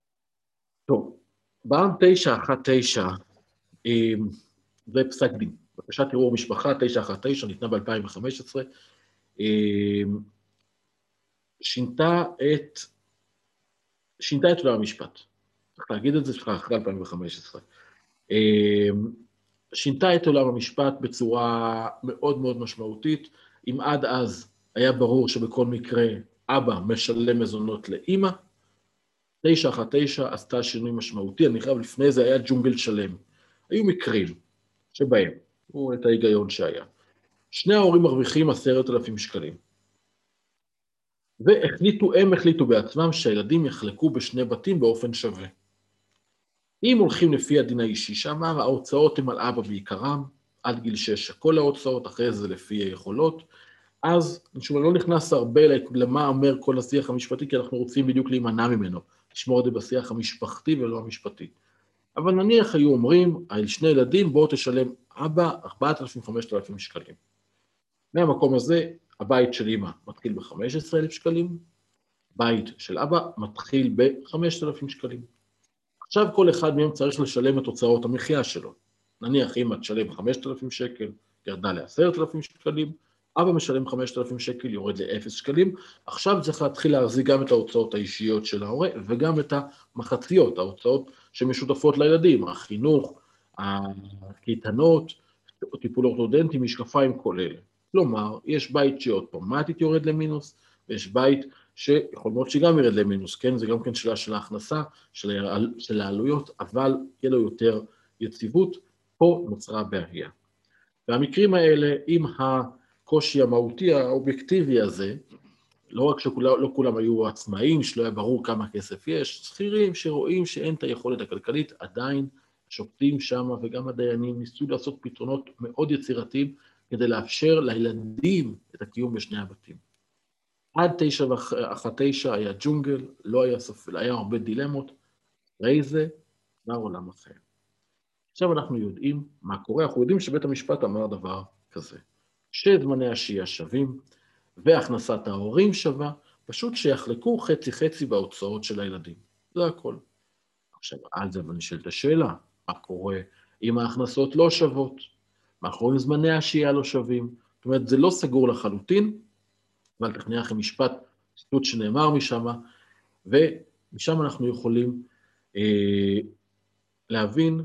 טוב, בעם תשע אחת תשע, זה פסק דין, בקשת ערעור משפחה, תשע אחת תשע, ניתנה ב-אלפיים וחמש עשרה, שינתה את, שינתה את עולם המשפט. צריך להגיד את זה, שלך אחרי אלפיים וחמש עשרה. שינתה את עולם המשפט בצורה מאוד מאוד משמעותית. אם עד אז היה ברור שבכל מקרה אבא משלם מזונות לאמא, תשע אחת תשע עשתה שינוי משמעותי, אני חייב לפני זה היה ג'ונגל שלם. היו מקרים שבהם, הוא את ההיגיון שהיה. שני ההורים מרוויחים עשרת אלפים שקלים. והחליטו, הם החליטו בעצמם שהילדים יחלקו בשני בתים באופן שווה. אם הולכים לפי הדין האישי שאמר, ההוצאות הן על אבא בעיקרם, עד גיל שש, כל ההוצאות, אחרי זה לפי היכולות, אז אני לא נכנס הרבה למה אומר כל השיח המשפטי, כי אנחנו רוצים בדיוק להימנע ממנו, לשמור את זה בשיח המשפחתי ולא המשפטי. אבל נניח היו אומרים, על שני ילדים, בואו תשלם אבא ארבעת אלפים חמשת אלפים שקלים. מהמקום הזה, הבית של אמא מתחיל ב-חמישה עשר אלף שקלים, בית של אבא מתחיל ב-חמשת אלפים שקלים. עכשיו כל אחד מהם צריך לשלם את הוצאות המחיה שלו. נניח אמא תשלם חמשת אלפים שקל, ירדה ל-עשרת אלפים שקלים, אבא משלם חמשת אלפים שקל, יורד ל-אפס שקלים, עכשיו צריך להתחיל להחזיק גם את ההוצאות האישיות של ההורה, וגם את המחציות, ההוצאות שמשותפות לילדים, החינוך, הקייטנות, טיפול אורתודנטי, משקפיים, כל אלה. כלומר, יש בית שאוטומטית יורד למינוס, ויש בית שיכול מאוד שגם ירד למינוס, כן? זה גם כן שאלה של ההכנסה, של, של העלויות, אבל יהיה לו יותר יציבות, פה נוצרה הבעיה. והמקרים האלה, עם הקושי המהותי האובייקטיבי הזה, לא רק שכולם, לא כולם היו עצמאים, שלא היה ברור כמה כסף יש, שכירים שרואים שאין את היכולת הכלכלית, עדיין שופטים שם, וגם הדיינים ניסו לעשות פתרונות מאוד יצירתיים, כדי לאפשר לילדים את הקיום בשני הבתים. עד תשע ואחת תשע היה ג'ונגל, לא היה סופל, היה הרבה דילמות, אחרי זה כבר עולם אחר. עכשיו אנחנו יודעים מה קורה, אנחנו יודעים שבית המשפט אמר דבר כזה, שזמני השהייה שווים, והכנסת ההורים שווה, פשוט שיחלקו חצי חצי בהוצאות של הילדים, זה הכל. עכשיו על זה אני שואל את השאלה, מה קורה אם ההכנסות לא שוות? מה קורה אם זמני השהייה לא שווים? זאת אומרת, זה לא סגור לחלוטין, אבל תכניה לכם משפט, ציטוט שנאמר משם, ומשם אנחנו יכולים אה, להבין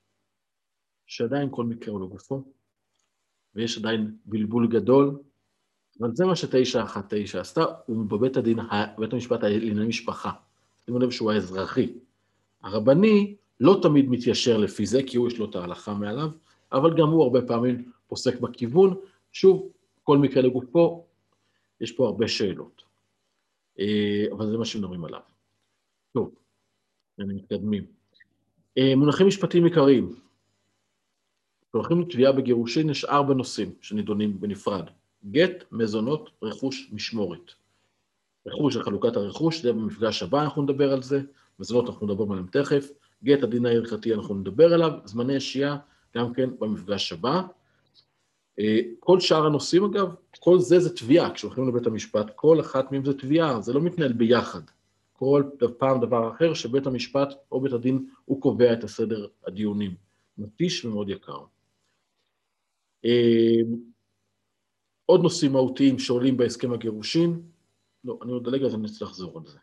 שעדיין כל מקרה הוא לא גופו, ויש עדיין בלבול גדול, אבל זה מה שתשע אחת תשע עשתה, הוא בבית הדין, בית המשפט לענייני משפחה, שימו לב שהוא האזרחי. הרבני לא תמיד מתיישר לפי זה, כי הוא יש לו את ההלכה מעליו, אבל גם הוא הרבה פעמים פוסק בכיוון, שוב, כל מקרה לגופו, יש פה הרבה שאלות, אבל זה מה שמדברים עליו. טוב, אני מתקדמים. מונחים משפטיים עיקריים. כשהולכים לתביעה בגירושין, יש ארבע נושאים שנידונים בנפרד. גט, מזונות, רכוש, משמורת. רכוש של חלוקת הרכוש, זה במפגש הבא אנחנו נדבר על זה, מזונות אנחנו נדבר עליהם תכף, גט הדין ההלכתי אנחנו נדבר עליו, זמני השהייה גם כן במפגש הבא. כל שאר הנושאים אגב, כל זה זה תביעה, כשהולכים לבית המשפט, כל אחת מהם זה תביעה, זה לא מתנהל ביחד. כל פעם דבר אחר שבית המשפט או בית הדין הוא קובע את הסדר הדיונים. מתיש ומאוד יקר. עוד נושאים מהותיים שעולים בהסכם הגירושין, לא, אני עוד דלג אז אני צריך לחזור על זה.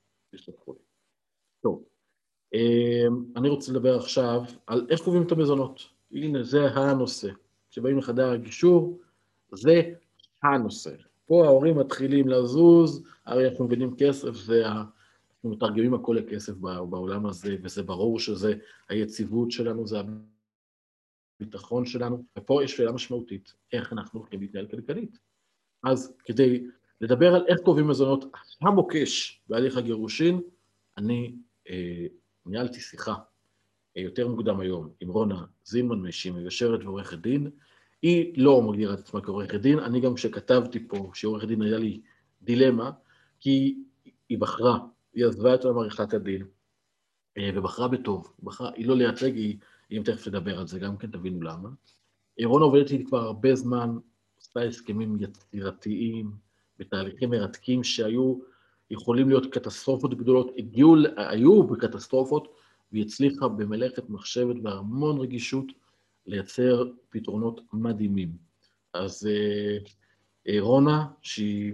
טוב, אני רוצה לדבר עכשיו על איך קובעים את המזונות. הנה, זה הנושא. כשבאים לחדר הגישור, זה הנושא. פה ההורים מתחילים לזוז, הרי אנחנו מבינים כסף, זה ה... אנחנו מתרגמים הכל לכסף בעולם הזה, וזה ברור שזה היציבות שלנו, זה הביטחון שלנו, ופה יש שאלה משמעותית, איך אנחנו הולכים להתנהל כלכלית. אז כדי לדבר על איך קובעים מזונות המוקש בהליך הגירושין, אני אה, ניהלתי שיחה אה, יותר מוקדם היום עם רונה זינמן משימי, יושבת ועורכת דין, היא לא מגדירה את עצמה כעורכת דין, אני גם כשכתבתי פה שעורכת דין היה לי דילמה, כי היא בחרה, היא עזבה את עריכת הדין, ובחרה בטוב, בחרה, היא לא לייצג, היא, אם תכף לדבר על זה, גם כן תבינו למה. רונה עובדת איתי כבר הרבה זמן, עשתה הסכמים יצירתיים, בתהליכים מרתקים שהיו יכולים להיות קטסטרופות גדולות, הגיעו, היו בקטסטרופות, והיא הצליחה במלאכת מחשבת בהמון רגישות, לייצר פתרונות מדהימים. אז רונה, שהיא,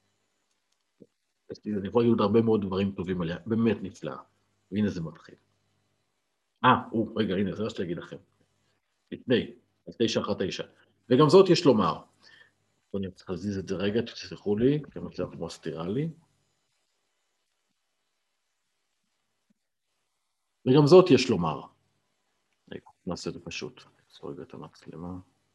אני יכול להגיד הרבה מאוד דברים טובים עליה, באמת נפלאה, והנה זה מתחיל. אה, רגע, הנה, זה מה שאני אגיד לכם. לפני, אז תשע אחת תשע. וגם זאת יש לומר. אני צריך להזיז את זה רגע, תסלחו לי, כי המצב כמו סתירה לי. וגם זאת יש לומר. רגע, נעשה את זה פשוט. נעשה רגע את המצלמה.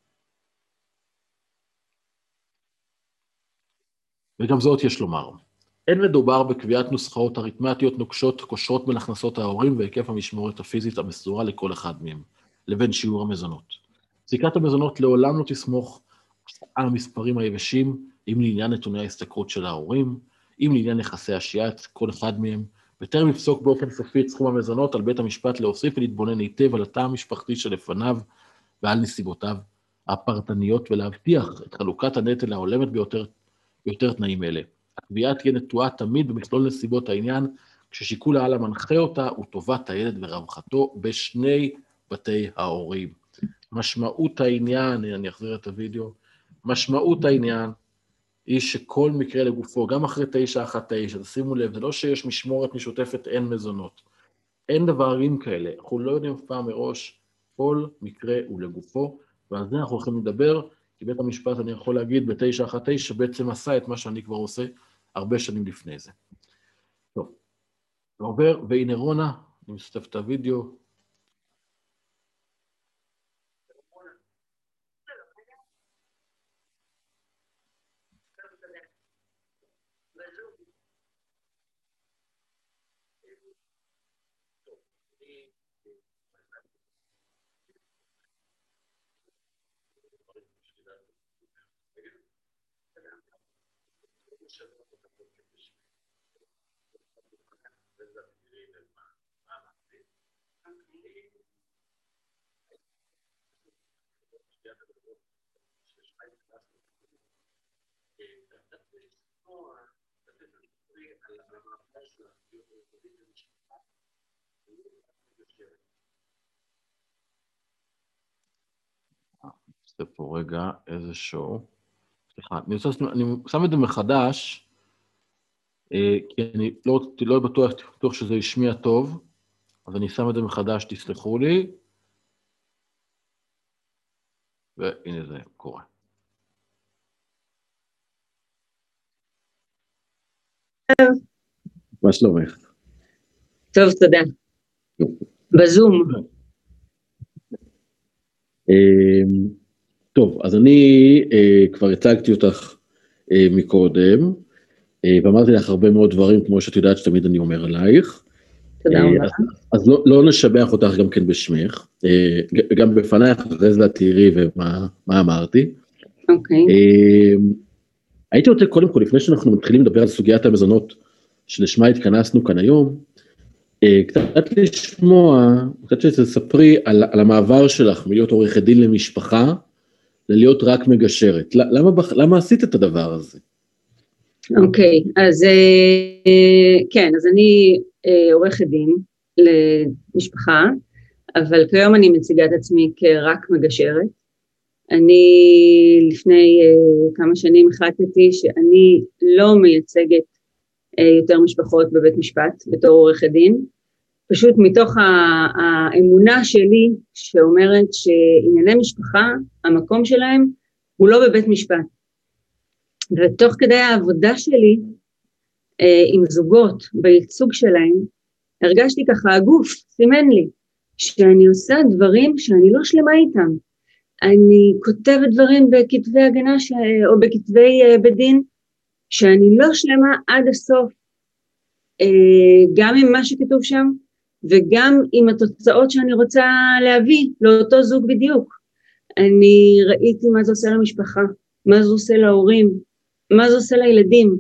וגם זאת יש לומר. אין מדובר בקביעת נוסחאות אריתמטיות נוקשות קושרות בין הכנסות ההורים והיקף המשמורת הפיזית המסורה לכל אחד מהם, לבין שיעור המזונות. פסיקת המזונות לעולם לא תסמוך על המספרים היבשים, אם לעניין נתוני ההשתכרות של ההורים, אם לעניין יחסי השיית כל אחד מהם, בטרם יפסוק באופן סופי את סכום המזונות על בית המשפט להוסיף ולהתבונן היטב על התא המשפחתי שלפניו ועל נסיבותיו הפרטניות ולהבטיח את חלוקת הנטל ההולמת ביותר, ביותר תנאים אלה. הקביעה תהיה נטועה תמיד במכלול נסיבות העניין, כששיקול העל המנחה אותה הוא טובת הילד ורווחתו בשני בתי ההורים. משמעות העניין, אני אחזיר את הוידאו, משמעות העניין היא שכל מקרה לגופו, גם אחרי תשע אחת תשע, שימו לב, זה לא שיש משמורת משותפת, אין מזונות. אין דברים כאלה, אנחנו לא יודעים פעם מראש, כל מקרה הוא לגופו, ועל זה אנחנו הולכים לדבר, כי בית המשפט, אני יכול להגיד, ב-תשע אחת תשע בעצם עשה את מה שאני כבר עושה הרבה שנים לפני זה. טוב, ועובר, והנה רונה, אני מסתף את הוידאו. זה פה רגע איזשהו, סליחה, אני, רוצה, אני שם את זה מחדש, כי אני לא, לא בטוח, בטוח שזה ישמיע טוב, אז אני שם את זה מחדש, תסלחו לי, והנה זה קורה. מה שלומך? טוב, תודה. בזום. טוב, אז אני כבר הצגתי אותך מקודם, ואמרתי לך הרבה מאוד דברים, כמו שאת יודעת שתמיד אני אומר עלייך. תודה רבה. אז, אז לא, לא נשבח אותך גם כן בשמך, גם בפנייך, אחרי זה תראי ומה מה אמרתי. אוקיי. הייתי רוצה קודם כל, לפני שאנחנו מתחילים לדבר על סוגיית המזונות, שלשמה התכנסנו כאן היום, קצת לשמוע, קצת שתספרי על, על המעבר שלך מלהיות עורכת דין למשפחה, ללהיות רק מגשרת. למה, למה עשית את הדבר הזה? אוקיי, אז כן, אז אני עורכת דין למשפחה, אבל כיום אני מציגה את עצמי כרק מגשרת. אני לפני כמה שנים החלטתי שאני לא מייצגת יותר משפחות בבית משפט בתור עורכת דין, פשוט מתוך האמונה שלי שאומרת שענייני משפחה, המקום שלהם הוא לא בבית משפט. ותוך כדי העבודה שלי עם זוגות בייצוג שלהם, הרגשתי ככה, הגוף סימן לי, שאני עושה דברים שאני לא שלמה איתם. אני כותבת דברים בכתבי הגנה ש... או בכתבי בית דין, שאני לא שלמה עד הסוף, גם עם מה שכתוב שם, וגם עם התוצאות שאני רוצה להביא לאותו זוג בדיוק. אני ראיתי מה זה עושה למשפחה, מה זה עושה להורים, מה זה עושה לילדים.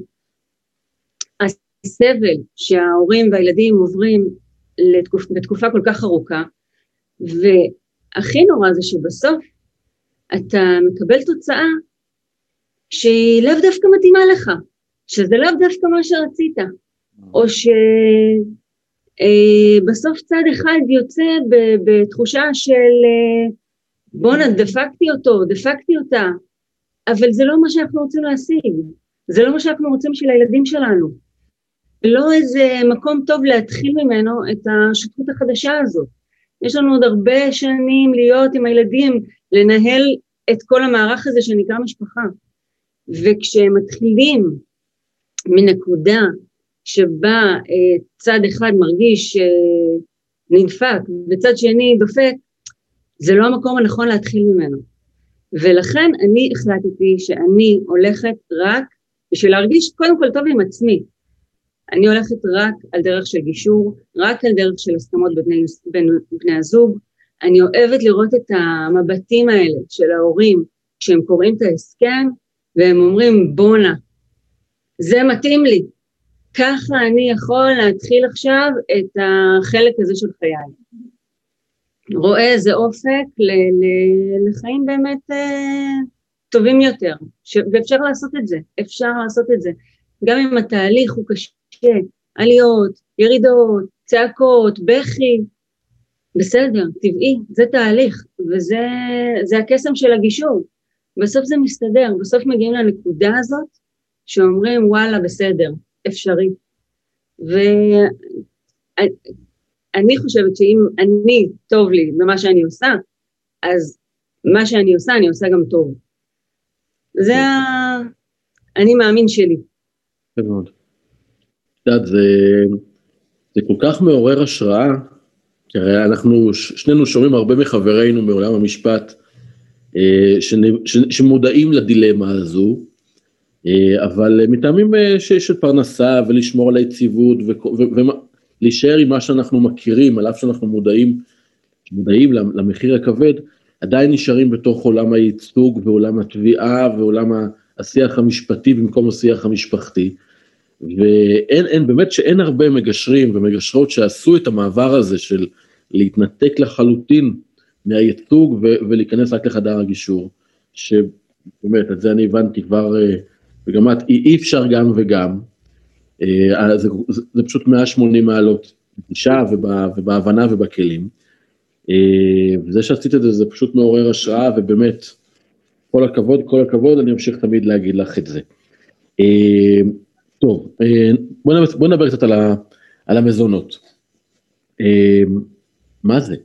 הסבל שההורים והילדים עוברים לתקופ... בתקופה כל כך ארוכה, והכי נורא זה שבסוף אתה מקבל תוצאה שהיא לאו דווקא מתאימה לך, שזה לאו דווקא מה שרצית, או שבסוף צד אחד יוצא בתחושה של בונה, דפקתי אותו, דפקתי אותה, אבל זה לא מה שאנחנו רוצים להשיג, זה לא מה שאנחנו רוצים של הילדים שלנו, לא איזה מקום טוב להתחיל ממנו את השותפות החדשה הזאת. יש לנו עוד הרבה שנים להיות עם הילדים, לנהל את כל המערך הזה שנקרא משפחה, וכשהם מתחילים מנקודה שבה אה, צד אחד מרגיש אה, נדפק וצד שני דופק, זה לא המקום הנכון להתחיל ממנו. ולכן אני החלטתי שאני הולכת רק בשביל להרגיש קודם כל טוב עם עצמי, אני הולכת רק על דרך של גישור, רק על דרך של הסכמות בבני, בין בני הזוג. אני אוהבת לראות את המבטים האלה של ההורים כשהם קוראים את ההסכם והם אומרים בונה, זה מתאים לי, ככה אני יכול להתחיל עכשיו את החלק הזה של חיי. רואה איזה אופק ל- ל- לחיים באמת אה, טובים יותר, ש- ואפשר לעשות את זה, אפשר לעשות את זה, גם אם התהליך הוא קשה, עליות, ירידות, צעקות, בכי, בסדר, טבעי, זה תהליך, וזה זה הקסם של הגישור, בסוף זה מסתדר, בסוף מגיעים לנקודה הזאת, שאומרים וואלה בסדר, אפשרי, ואני חושבת שאם אני טוב לי במה שאני עושה, אז מה שאני עושה אני עושה גם טוב, זה אני מאמין שלי. טוב מאוד. זה, זה כל כך מעורר השראה, כי הרי אנחנו שנינו שומעים הרבה מחברינו מעולם המשפט, שמודעים לדילמה הזו, אבל מטעמים של פרנסה ולשמור על היציבות ולהישאר עם מה שאנחנו מכירים, על אף שאנחנו מודעים, מודעים למחיר הכבד, עדיין נשארים בתוך עולם הייצוג ועולם התביעה ועולם השיח המשפטי במקום השיח המשפחתי, ואין, אין, באמת שאין הרבה מגשרים ומגשרות שעשו את המעבר הזה של להתנתק לחלוטין מהייצוג ו- ולהיכנס רק לחדר הגישור, שבאמת את זה אני הבנתי כבר, וגם את, אי אפשר גם וגם, זה, זה, זה פשוט מאה ושמונים מעלות, בגישה ובא, ובהבנה ובכלים, וזה שעשית את זה זה פשוט מעורר השראה, ובאמת כל הכבוד, כל הכבוד, אני אמשיך תמיד להגיד לך את זה. טוב, בוא נדבר, בוא נדבר קצת על, ה, על המזונות. מה זה?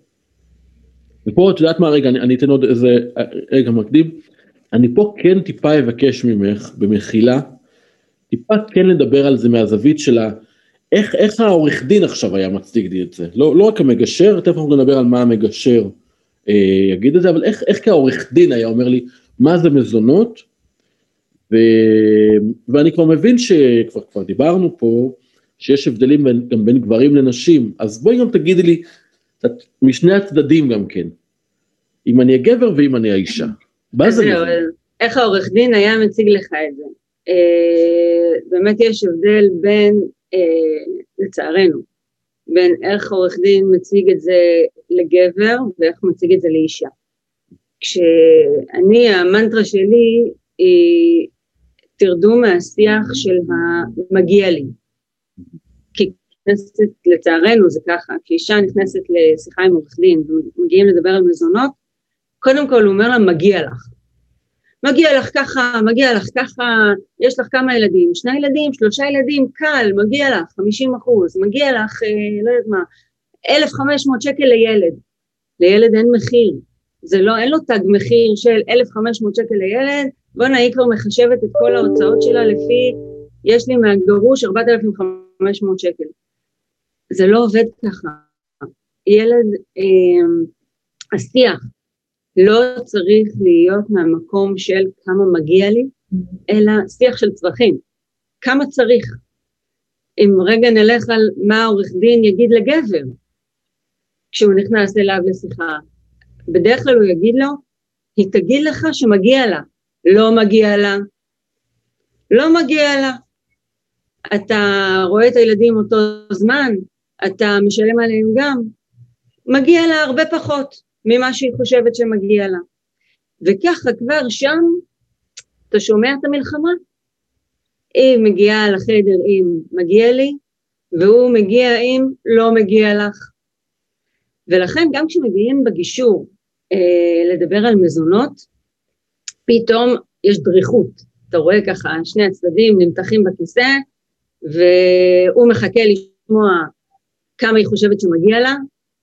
ופה את יודעת מה, רגע, אני, אני אתן עוד איזה רגע מקדים, אני פה כן טיפה אבקש ממך, במחילה, טיפה כן לדבר על זה מהזווית שלה, איך, איך העורך דין עכשיו היה מצדיק לי את זה? לא, לא רק המגשר, תכף אנחנו נדבר על מה המגשר אה, יגיד את זה, אבל איך, איך כעורך דין היה אומר לי, מה זה מזונות? ו... ואני כבר מבין שכבר כבר דיברנו פה, שיש הבדלים בין, גם בין גברים לנשים, אז בואי גם תגידי לי, משני הצדדים גם כן, אם אני הגבר ואם אני האישה. אז זהו, איך העורך דין היה מציג לך את זה? אה, באמת יש הבדל בין, אה, לצערנו, בין איך עורך דין מציג את זה לגבר, ואיך מציג את זה לאישה. כשאני, המנטרה שלי, היא, תרדו מהשיח של המגיע לי. כי נכנסת, לצערנו זה ככה, כשאישה נכנסת לשיחה עם עורך דין, ומגיעים לדבר על מזונות, קודם כל הוא אומר לה, מגיע לך. מגיע לך ככה, מגיע לך ככה, יש לך כמה ילדים, שני ילדים, שלושה ילדים, קל, מגיע לך, חמישים אחוז, מגיע לך, אה, לא יודעת מה, אלף וחמש מאות שקל לילד. לילד אין מחיר. זה לא, אין לו תג מחיר של אלף וחמש מאות שקל לילד, בוא נהי כבר מחשבת את כל ההוצאות שלה לפי, יש לי מהגרוש ארבעת אלפים וחמש מאות שקל. זה לא עובד ככה. ילד, אה, השיח, לא צריך להיות מהמקום של כמה מגיע לי, אלא שיח של צרכים. כמה צריך? אם רגע נלך על מה העורך דין יגיד לגבר, כשהוא נכנס אליו לשיחה, בדרך כלל הוא יגיד לו, היא תגיד לך שמגיע לה, לא מגיע לה, לא מגיע לה. אתה רואה את הילדים אותו זמן, אתה משלם עליהם גם, מגיע לה הרבה פחות ממה שהיא חושבת שמגיע לה. וככה כבר שם, אתה שומע את המלחמה? היא מגיעה לחדר עם מגיע לי, והוא מגיע עם לא מגיע לך. ולכן גם כשמגיעים בגישור, אה, לדבר על מזונות, פתאום יש דריכות, אתה רואה ככה, שני הצדדים נמתחים בכיסא, והוא מחכה לשמוע כמה היא חושבת שמגיע לה,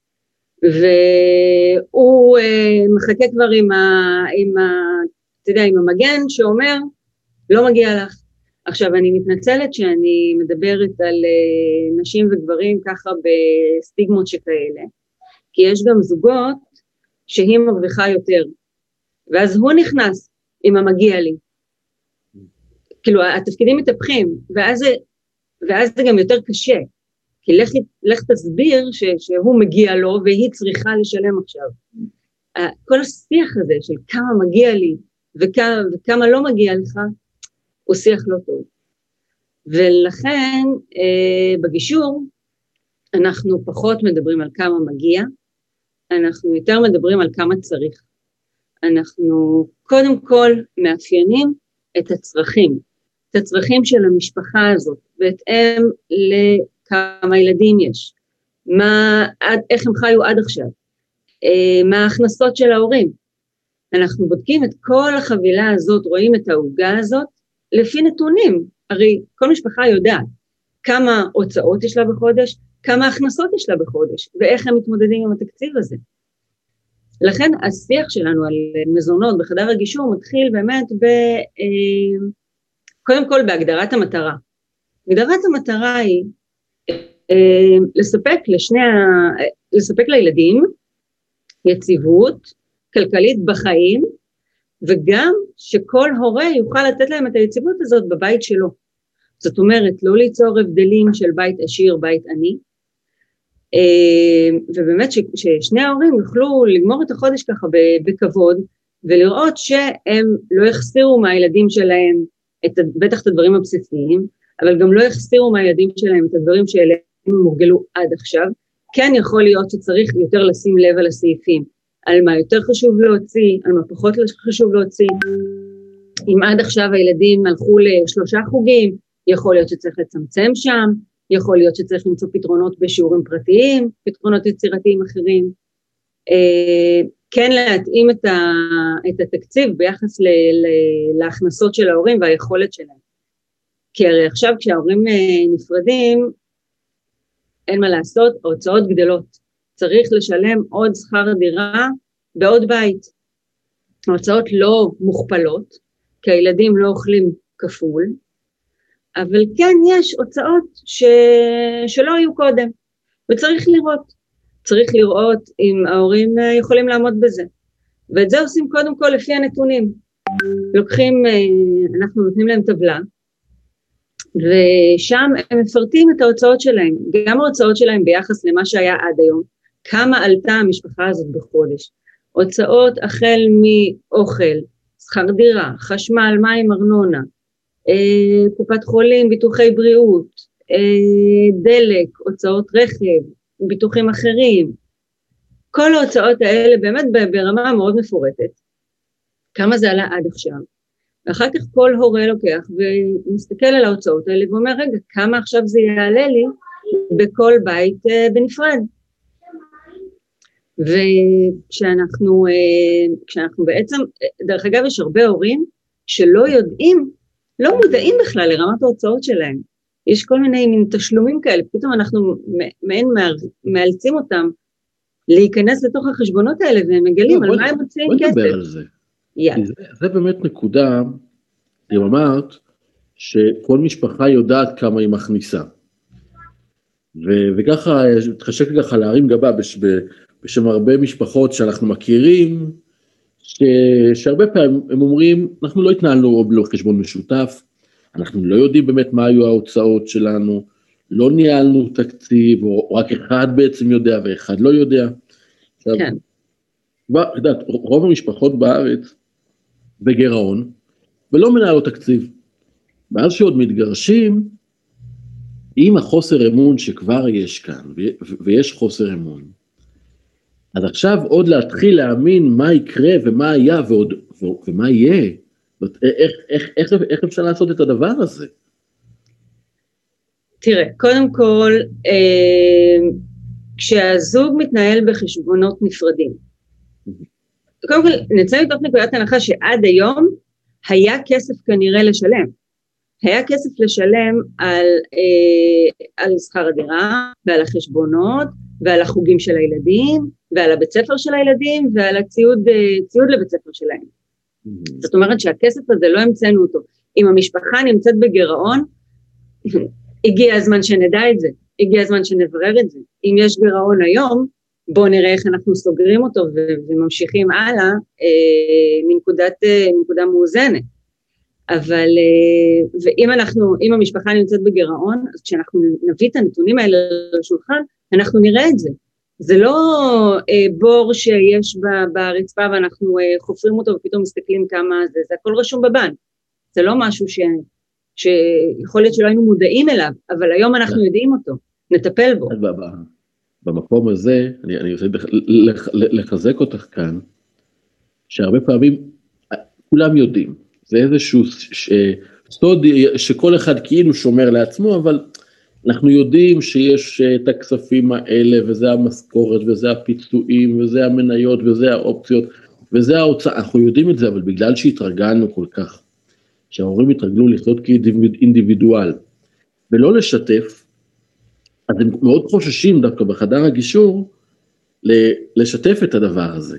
והוא אה, מחכה כבר עם, ה, עם, ה, אתה יודע, עם המגן שאומר, לא מגיע לך. עכשיו, אני מתנצלת שאני מדברת על אה, נשים וגברים ככה בסטיגמות שכאלה, כי יש גם זוגות שהיא מרוויחה יותר, ואז הוא נכנס עם המגיע לי. כאילו, התפקידים מתהפכים, ואז זה, ואז זה גם יותר קשה, כי לך, לך תסביר ש, שהוא מגיע לו, והיא צריכה לשלם עכשיו. כל השיח הזה של כמה מגיע לי, וכמה, וכמה לא מגיע לך, הוא שיח לא טוב. ולכן, אה, בגישור, אנחנו פחות מדברים על כמה מגיע, אנחנו יותר מדברים על כמה צריך. אנחנו קודם כל מאפיינים את הצרכים, את הצרכים של המשפחה הזאת, בהתאם לכמה ילדים יש, מה, איך הם חיו עד עכשיו, מה ההכנסות של ההורים. אנחנו בודקים את כל החבילה הזאת, רואים את העוגה הזאת, לפי נתונים. הרי כל משפחה יודעת כמה הוצאות יש לה בחודש, כמה הכנסות יש לה בחודש, ואיך הם מתמודדים עם התקציב הזה. לכן השיח שלנו על מזונות בחדר הגישור מתחיל באמת ב, קודם כל בהגדרת המטרה. הגדרת המטרה היא לספק לשני, לספק לילדים יציבות כלכלית בחיים, וגם שכל הורה יוכל לתת להם את היציבות הזאת בבית שלו. זאת אומרת, לא ליצור הבדלים של בית עשיר, בית עני, ובאמת ששני ההורים יוכלו לגמור את החודש ככה בכבוד, ולראות שהם לא יחסירו מהילדים שלהם את, בטח את הדברים הבסיסיים, אבל גם לא יחסירו מהילדים שלהם את הדברים שאליהם הם מורגלו עד עכשיו. כן יכול להיות שצריך יותר לשים לב על הסעיפים, על מה יותר חשוב להוציא, על מה פחות חשוב להוציא. אם עד עכשיו הילדים הלכו לשלושה חוגים, יכול להיות שצריך לצמצם שם, יכול להיות שצריך למצוא פתרונות בשיעורים פרטיים, פתרונות יצירתיים אחרים. כן להתאים את, ה, את התקציב ביחס ל, ל, להכנסות של ההורים והיכולת שלהם. כי הרי עכשיו כשההורים נפרדים, אין מה לעשות, ההוצאות גדלות. צריך לשלם עוד שכר דירה בעוד בית. ההוצאות לא מוכפלות, כי הילדים לא אוכלים כפול, אבל כן יש הוצאות ש... שלא היו קודם, וצריך לראות, צריך לראות אם ההורים יכולים לעמוד בזה, ואת זה עושים קודם כל לפי הנתונים, לוקחים, אנחנו נותנים להם טבלה, ושם הם מפרטים את ההוצאות שלהם, גם ההוצאות שלהם ביחס למה שהיה עד היום, כמה עלתה המשפחה הזאת בחודש, הוצאות החל מאוכל, שכר דירה, חשמל, מים, ארנונה, קופת חולים, ביטוחי בריאות, דלק, הוצאות רכב, ביטוחים אחרים, כל ההוצאות האלה באמת ברמה מאוד מפורטת, כמה זה עלה עד עכשיו, ואחר כך כל הורה לוקח ומסתכל על ההוצאות האלה ואומר, רגע, כמה עכשיו זה יעלה לי בכל בית בנפרד, וכשאנחנו כשאנחנו בעצם, דרך אגב יש הרבה הורים שלא יודעים, לא מודעים בכלל לרמת ההוצאות שלהם, יש כל מיני מין תשלומים כאלה, פתאום אנחנו מעין מאלצים אותם להיכנס לתוך החשבונות האלה, והם מגלים על מה הם מוצאים כסף. בוא נדבר על זה. זה, זה באמת נקודה, אם אמרת, שכל משפחה יודעת כמה היא מכניסה. ו- וככה, תחשק ככה להרים גבה בש- בשם הרבה משפחות שאנחנו מכירים, ש- שהרבה פעמים הם אומרים, אנחנו לא התנהלנו או בלא חשבון משותף, אנחנו לא יודעים באמת מה היו ההוצאות שלנו, לא ניהלנו תקציב, או רק אחד בעצם יודע ואחד לא יודע. עכשיו, כן. יודעת, רוב המשפחות בארץ בגירעון, ולא מנהלות תקציב. ואז שעוד מתגרשים, עם החוסר אמון שכבר יש כאן, ו- ויש חוסר אמון, אז עכשיו עוד להתחיל להאמין מה יקרה ומה היה ועוד, ו- ומה יהיה, איך, איך, איך, איך אפשר לעשות את הדבר הזה? תראה, קודם כל, אה, כשהזוג מתנהל בחשבונות נפרדים, קודם כל, נצא מתוך נקודת הנחה שעד היום היה כסף כנראה לשלם. היה כסף לשלם על, אה, על שכר הדירה, ועל החשבונות, ועל החוגים של הילדים, ועל הבית ספר של הילדים, ועל הציוד, אה, ציוד לבית ספר שלהם. Mm-hmm. זאת אומרת שהכסף הזה לא המצאנו אותו. אם המשפחה נמצאת בגירעון, הגיע הזמן שנדע את זה, הגיע הזמן שנברר את זה. אם יש גירעון היום, בואו נראה איך אנחנו סוגרים אותו וממשיכים הלאה אה, מנקודת, אה, מנקודה מאוזנת. אבל, אה, ואם אנחנו, אם המשפחה נמצאת בגירעון, אז כשאנחנו נביא את הנתונים האלה לשולחן, אנחנו נראה את זה. זה לא אה, בור שיש ברצפה ואנחנו אה, חופרים אותו ופתאום מסתכלים כמה זה, זה הכל רשום בבנק. זה לא משהו ש, שיכול להיות שלא היינו מודעים אליו, אבל היום אנחנו יודעים אותו, נטפל בו. במקום הזה, אני, אני רוצה לחזק אותך כאן, שהרבה פעמים כולם יודעים, זה איזשהו סוד שכל אחד כאילו שומר לעצמו, אבל אנחנו יודעים שיש את הכספים האלה, וזה המשכורת, וזה הפיצויים, וזה המניות, וזה האופציות, וזה ההוצאה, אנחנו יודעים את זה, אבל בגלל שהתרגלנו כל כך, שההורים התרגלו לחיות כאינדיבידואל, ולא לשתף, אז הם מאוד חוששים דווקא בחדר הגישור, לשתף את הדבר הזה.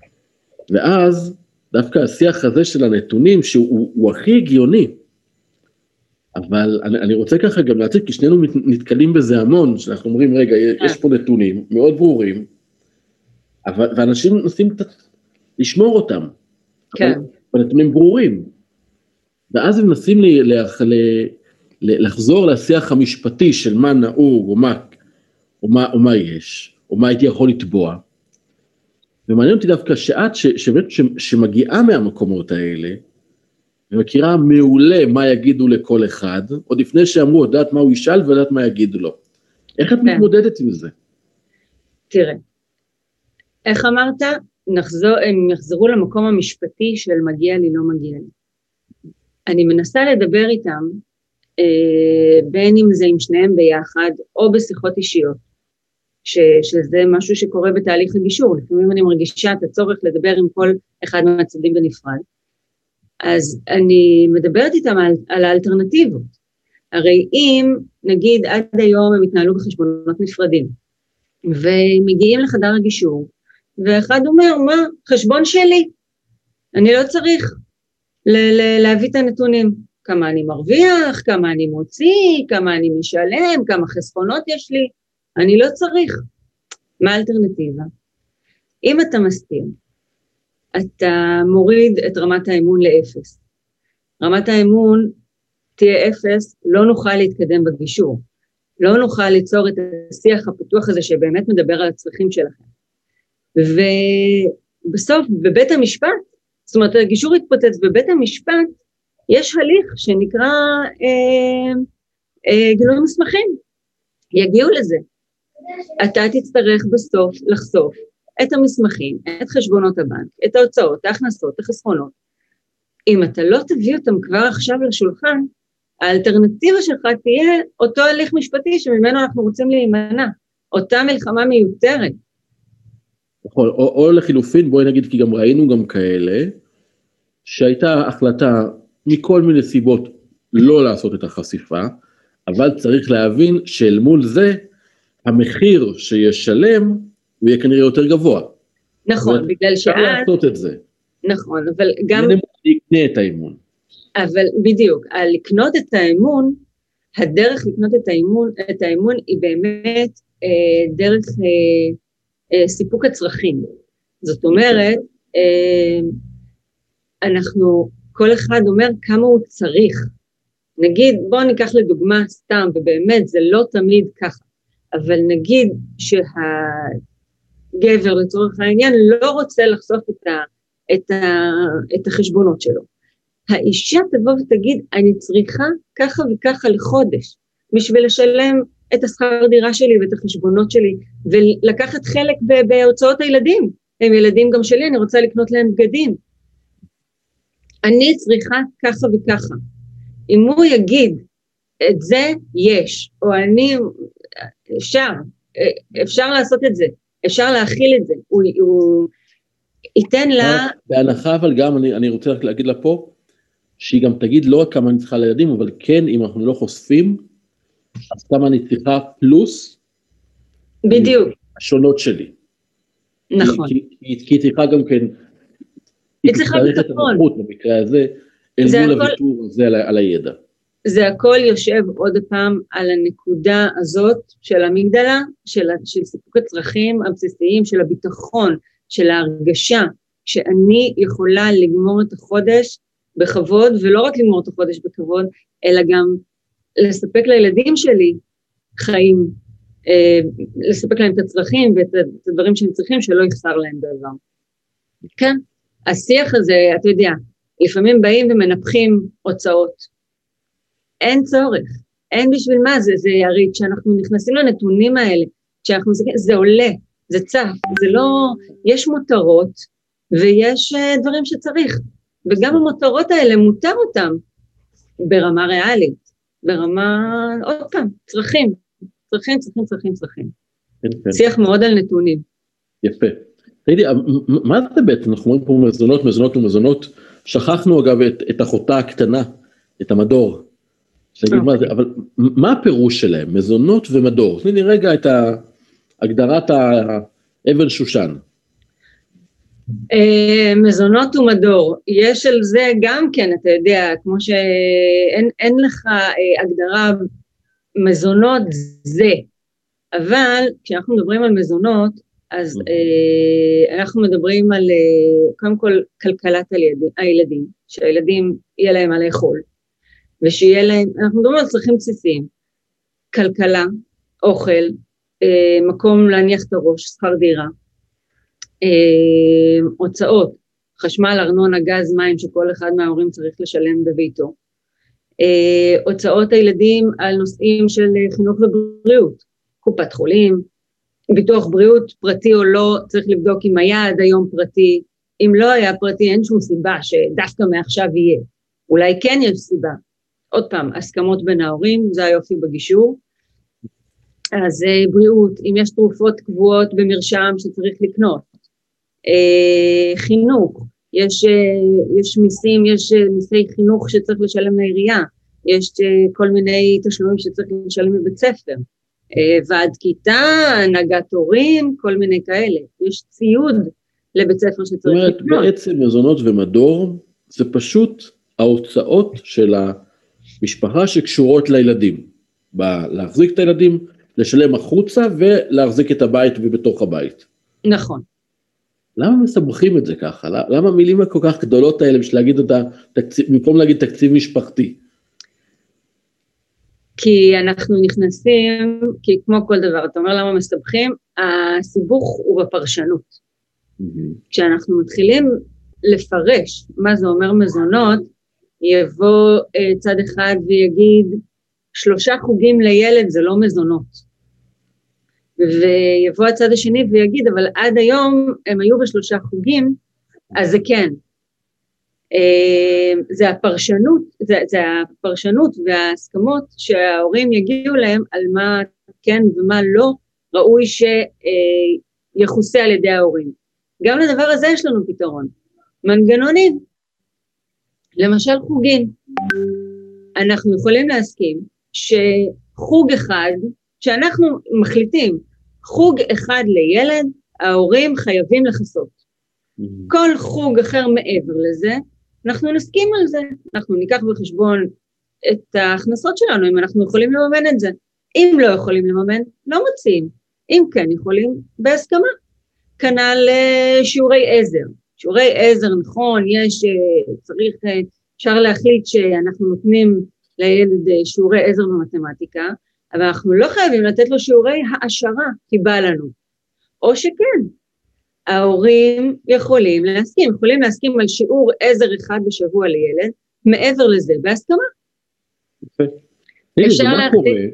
ואז, דווקא השיח הזה של הנתונים, שהוא הוא הכי הגיוני, אבל אני, אני רוצה ככה גם להציג, כי שנינו נתקלים בזה המון, שאנחנו אומרים, רגע, יש פה נתונים מאוד ברורים, אבל, ואנשים נוסעים לשמור אותם, כן. אבל נתונים ברורים, ואז הם מנסים לי, ל, ל, לחזור לשיח המשפטי של מה נהוג, או מה, או מה, או מה יש, או מה הייתי יכול לתבוע, ומעניין אותי דווקא שאת, ש, שבאמת, ש, שמגיעה מהמקומות האלה, ומכירה מעולה מה יגידו לכל אחד, עוד לפני שאמרו, יודעת מה הוא ישאל, ויודעת מה יגידו לו. איך את מתמודדת עם זה? תראה, איך אמרת, נחזור, הם יחזרו למקום המשפטי של מגיע לי, לא מגיע לי. אני מנסה לדבר איתם, בין אם זה עם שניהם ביחד, או בשיחות אישיות, ש, שזה משהו שקורה בתהליך הגישור, לפעמים אני מרגישה את הצורך לדבר עם כל אחד מהצדדים בנפרד, אז אני מדברת איתם על, על האלטרנטיבות, הרי אם נגיד עד היום הם התנהלו בחשבונות נפרדים, ומגיעים לחדר הגישור, ואחד אומר, מה, חשבון שלי, אני לא צריך ל- ל- להביא את הנתונים, כמה אני מרוויח, כמה אני מוציא, כמה אני משלם, כמה חסכונות יש לי, אני לא צריך. מה האלטרנטיבה? אם אתה מסתיר, אתה מוריד את רמת האמון לאפס. רמת האמון תהיה אפס, לא נוכל להתקדם בגישור. לא נוכל ליצור את השיח הפתוח הזה שבאמת מדבר על הצרכים שלכם. ובסוף, בבית המשפט, זאת אומרת, הגישור התפוצץ בבית המשפט, יש הליך שנקרא אה, אה, גילוי מסמכים. יגיעו לזה. אתה תצטרך בסוף לחשוף את המסמכים, את חשבונות הבנק, את ההוצאות, ההכנסות, החסכונות. אם אתה לא תביא אותם כבר עכשיו לשולחן, האלטרנטיבה שלך תהיה אותו הליך משפטי שממנו אנחנו רוצים להימנע, אותה מלחמה מיותרת. נכון, או, או לחילופין, בואי נגיד, כי גם ראינו גם כאלה, שהייתה החלטה מכל מיני סיבות לא לעשות את החשיפה, אבל צריך להבין שאל מול זה, המחיר שישלם, הוא יהיה כנראה יותר גבוה. נכון, בגלל שאז... אפשר לעשות את זה. נכון, אבל גם... יקנה את האמון. אבל בדיוק, על לקנות את האמון, הדרך לקנות את האמון, את האמון היא באמת אה, דרך אה, אה, סיפוק הצרכים. זאת אומרת, אה, אנחנו, כל אחד אומר כמה הוא צריך. נגיד, בואו ניקח לדוגמה סתם, ובאמת זה לא תמיד ככה, אבל נגיד שהגבר לצורך העניין לא רוצה לחשוף את, ה, את, ה, את החשבונות שלו. האישה תבוא ותגיד, אני צריכה ככה וככה לחודש, בשביל לשלם את השכר דירה שלי ואת החשבונות שלי, ולקחת חלק בהוצאות הילדים, הם ילדים גם שלי, אני רוצה לקנות להם בגדים. אני צריכה ככה וככה. אם הוא יגיד, את זה יש, או אני, אפשר, אפשר לעשות את זה, אפשר להכיל את זה, הוא, הוא, ייתן לה... בהנחה, אבל גם אני, אני רוצה רק להגיד לה פה, שהיא גם תגיד לא רק כמה אני צריכה לילדים, אבל כן, אם אנחנו לא חושפים, אז כמה אני צריכה פלוס, בדיוק. השונות שלי. נכון. כי, כי, כי היא צריכה גם כן, היא צריכה ביטחון. הנוחות במקרה הזה, אל מול הכל... הוויתור הזה על, על הידע. זה הכל יושב עוד פעם על הנקודה הזאת של המגדלה, של, של סיפוק הצרכים הבסיסיים, של הביטחון, של ההרגשה, שאני יכולה לגמור את החודש בכבוד, ולא רק לגמור את החודש בכבוד, אלא גם לספק לילדים שלי חיים, אה, לספק להם את הצרכים ואת הדברים שהם צריכים, שלא יחסר להם דבר. כן, השיח הזה, אתה יודע, לפעמים באים ומנפחים הוצאות, אין צורך, אין בשביל מה, זה, זה הרי כשאנחנו נכנסים לנתונים האלה, כשאנחנו, זה, זה עולה, זה צף, זה לא, יש מותרות, ויש uh, דברים שצריך, וגם המותרות האלה מותר אותם, ברמה ריאלית, ברמה, עוד פעם, צרכים, צרכים, צרכים, צרכים, צרכים, שיח מאוד על נתונים. יפה. תגידי, מה זה בעצם, אנחנו אומרים פה מזונות, מזונות ומזונות, שכחנו אגב את, את אחותה הקטנה, את המדור, שתגיד מה זה, אבל מה הפירוש שלהם, מזונות ומדור? תני לי רגע את הגדרת האבן שושן. מזונות ומדור, יש על זה גם כן, אתה יודע, כמו שאין לך הגדרה מזונות זה, אבל כשאנחנו מדברים על מזונות, אז אנחנו מדברים על, קודם כל, כלכלת הילדים, שהילדים יהיה להם מה לאכול, ושיהיה להם, אנחנו מדברים על צרכים בסיסיים, כלכלה, אוכל, אה, מקום להניח את הראש, שכר דירה, אה, הוצאות, חשמל, ארנונה, גז, מים, שכל אחד מההורים צריך לשלם בביתו, אה, הוצאות הילדים על נושאים של חינוך ובריאות, קופת חולים, ביטוח בריאות פרטי או לא, צריך לבדוק אם היה עד היום פרטי, אם לא היה פרטי אין שום סיבה שדווקא מעכשיו יהיה, אולי כן יש סיבה, עוד פעם, הסכמות בין ההורים, זה היופי בגישור, אז בריאות, אם יש תרופות קבועות במרשם שצריך לקנות, חינוך, יש, יש מיסים, יש מיסי חינוך שצריך לשלם לעירייה, יש כל מיני תשלומים שצריך לשלם בבית ספר, ועד כיתה, הנהגת הורים, כל מיני כאלה, יש ציוד לבית ספר שצריך לקנות. זאת אומרת, בעצם מזונות ומדור, זה פשוט ההוצאות של ה... משפחה שקשורות לילדים, להחזיק את הילדים, לשלם החוצה ולהחזיק את הבית ובתוך הבית. נכון. למה מסבכים את זה ככה? למה המילים כל כך גדולות האלה בשביל להגיד אותה, במקום להגיד תקציב משפחתי? כי אנחנו נכנסים, כי כמו כל דבר, אתה אומר למה מסבכים, הסיבוך הוא בפרשנות. כשאנחנו מתחילים לפרש מה זה אומר מזונות, יבוא uh, צד אחד ויגיד, שלושה חוגים לילד זה לא מזונות. ויבוא הצד השני ויגיד, אבל עד היום הם היו בשלושה חוגים, אז זה כן. Uh, זה הפרשנות, זה, זה הפרשנות וההסכמות שההורים יגיעו להם על מה כן ומה לא, ראוי שיחוסה uh, על ידי ההורים. גם לדבר הזה יש לנו פתרון. מנגנונים. למשל חוגים, אנחנו יכולים להסכים שחוג אחד, שאנחנו מחליטים, חוג אחד לילד, ההורים חייבים לחסות. Mm-hmm. כל חוג אחר מעבר לזה, אנחנו נסכים על זה, אנחנו ניקח בחשבון את ההכנסות שלנו, אם אנחנו יכולים לממן את זה. אם לא יכולים לממן, לא מציעים. אם כן יכולים, בהסכמה. כנ"ל שיעורי עזר. שיעורי עזר, נכון, יש, צריך, אפשר להחליט שאנחנו נותנים לילד שיעורי עזר במתמטיקה, אבל אנחנו לא חייבים לתת לו שיעורי העשרה, כי בא לנו. או שכן, ההורים יכולים להסכים, יכולים להסכים על שיעור עזר אחד בשבוע לילד, מעבר לזה, בהסכמה. אפשר להחליט.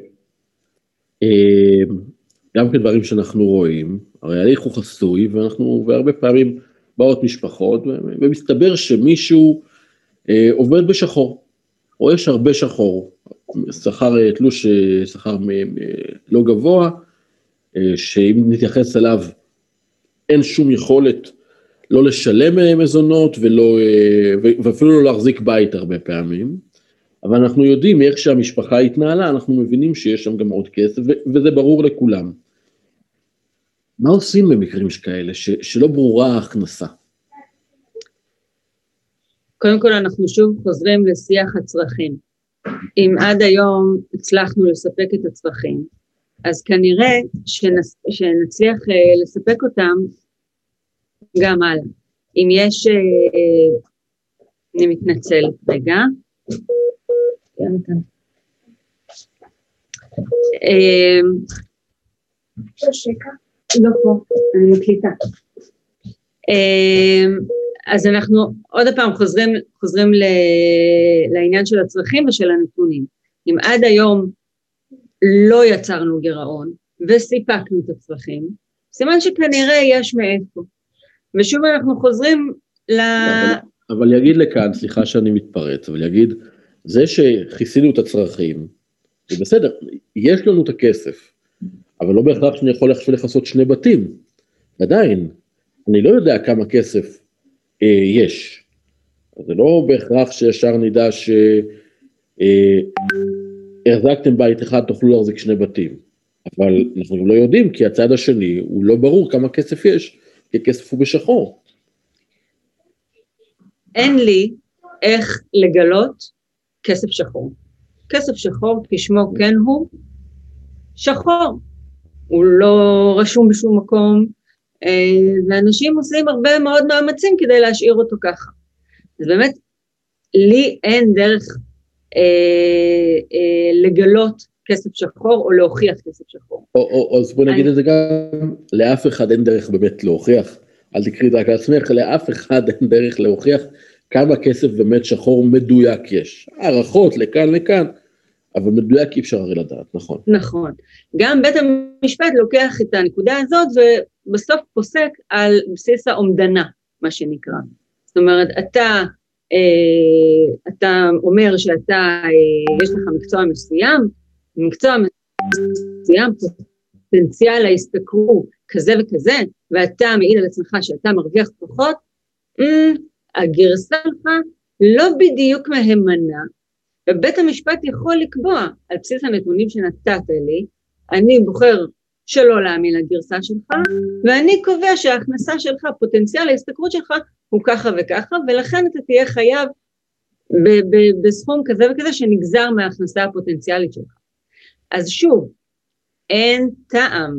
גם כדברים שאנחנו רואים, הרי ההליך הוא חסוי, ואנחנו, והרבה פעמים, באות משפחות, ומסתבר שמישהו אה, עובד בשחור, או יש הרבה שחור, שכר, תלוש שכר לא גבוה, אה, שאם נתייחס אליו, אין שום יכולת לא לשלם מזונות, ולא, ואפילו לא להחזיק בית הרבה פעמים, אבל אנחנו יודעים איך שהמשפחה התנהלה, אנחנו מבינים שיש שם גם עוד כסף, וזה ברור לכולם. מה עושים במקרים שכאלה, ש, שלא ברורה ההכנסה? קודם כל אנחנו שוב חוזרים לשיח הצרכים. אם עד היום הצלחנו לספק את הצרכים, אז כנראה שנצ... שנצליח לספק אותם גם הלאה. אם יש, אני מתנצל רגע, לא פה, אני מקליטה. אז אנחנו עוד הפעם חוזרים, חוזרים לעניין של הצרכים ושל הנתונים. אם עד היום לא יצרנו גירעון וסיפקנו את הצרכים, סימן שכנראה יש מאיפה. ושוב אנחנו חוזרים ל... אבל, אבל יגיד לכאן, סליחה שאני מתפרץ, אבל יגיד, זה שחיסינו את הצרכים, זה בסדר, יש לנו את הכסף, אבל לא בהכרח שאני יכול לחסות שני בתים. עדיין, אני לא יודע כמה כסף אה, יש. זה לא בהכרח שישר נדע שהחזקתם אה, בית אחד, תוכלו להחזיק שני בתים. אבל אנחנו לא יודעים, כי הצד השני הוא לא ברור כמה כסף יש, כי הכסף הוא בשחור. אין לי איך לגלות כסף שחור. כסף שחור, כשמו כן הוא, שחור. הוא לא רשום בשום מקום, ואנשים עושים הרבה מאוד מאמצים כדי להשאיר אותו ככה. אז באמת, לי אין דרך אה, אה, לגלות כסף שחור, או להוכיח כסף שחור. או, או, אז בוא נגיד אני... את זה גם, לאף אחד אין דרך באמת להוכיח, אל תקריא את רק על עצמך, לאף אחד אין דרך להוכיח כמה כסף באמת שחור מדויק יש. הערכות לכאן לכאן, אבל מדויק אי אפשר הרי לדעת, נכון. נכון. גם בית המשפט לוקח את הנקודה הזאת, ובסוף פוסק על בסיס העומדנה, מה שנקרא. זאת אומרת, אתה, אה, אתה אומר שאתה, אה, יש לך מקצוע מסוים, מקצוע מסוים, פוטנציאל ההסתכרות כזה וכזה, ואתה מעיד על עצמך שאתה מרוויח פחות, אה, הגרסה שלך לא בדיוק מהימנה, ובית המשפט יכול לקבוע על בסיס הנתונים שנתת לי, אני בוחר שלא להאמין לגרסה שלך, ואני קובע שההכנסה שלך, פוטנציאל ההסתכרות שלך, הוא ככה וככה, ולכן אתה תהיה חייב ב- ב- בסכום כזה וכזה שנגזר מההכנסה הפוטנציאלית שלך. אז שוב, אין טעם,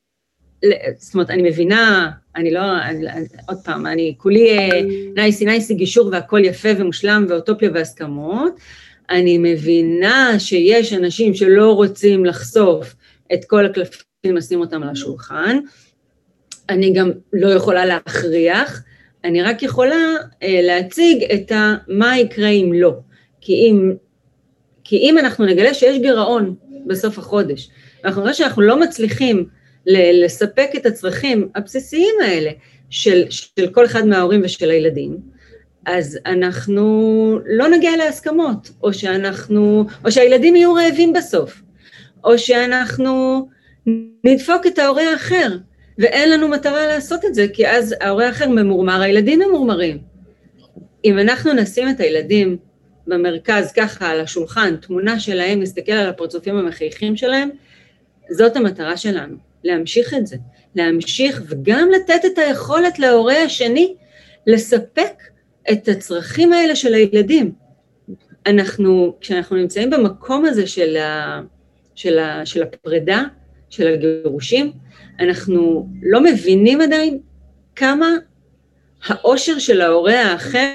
זאת אומרת, אני מבינה, אני לא, אני, עוד פעם, אני כולי נייסי נייסי גישור והכל יפה ומושלם ואוטופיה והסכמות, אני מבינה שיש אנשים שלא רוצים לחשוף את כל הקלפים, לשים אותם על השולחן, אני גם לא יכולה להכריח, אני רק יכולה אה, להציג את ה, מה יקרה אם לא, כי אם, כי אם אנחנו נגלה שיש גירעון בסוף החודש, ואנחנו נראה שאנחנו לא מצליחים ל- לספק את הצרכים הבסיסיים האלה, של, של כל אחד מההורים ושל הילדים, אז אנחנו לא נגיע להסכמות, או שאנחנו, או שהילדים יהיו רעבים בסוף, או שאנחנו נדפוק את ההורה האחר, ואין לנו מטרה לעשות את זה, כי אז ההורה האחר ממורמר, הילדים ממורמרים. אם אנחנו נשים את הילדים במרכז ככה על השולחן, תמונה שלהם, נסתכל על הפרצופים המחייכים שלהם, זאת המטרה שלנו, להמשיך את זה, להמשיך וגם לתת את היכולת להורה השני, לספק את הצרכים האלה של הילדים. אנחנו, כשאנחנו נמצאים במקום הזה של, ה, של, ה, של הפרידה, של הגירושים, אנחנו לא מבינים עדיין כמה האושר של ההורה האחר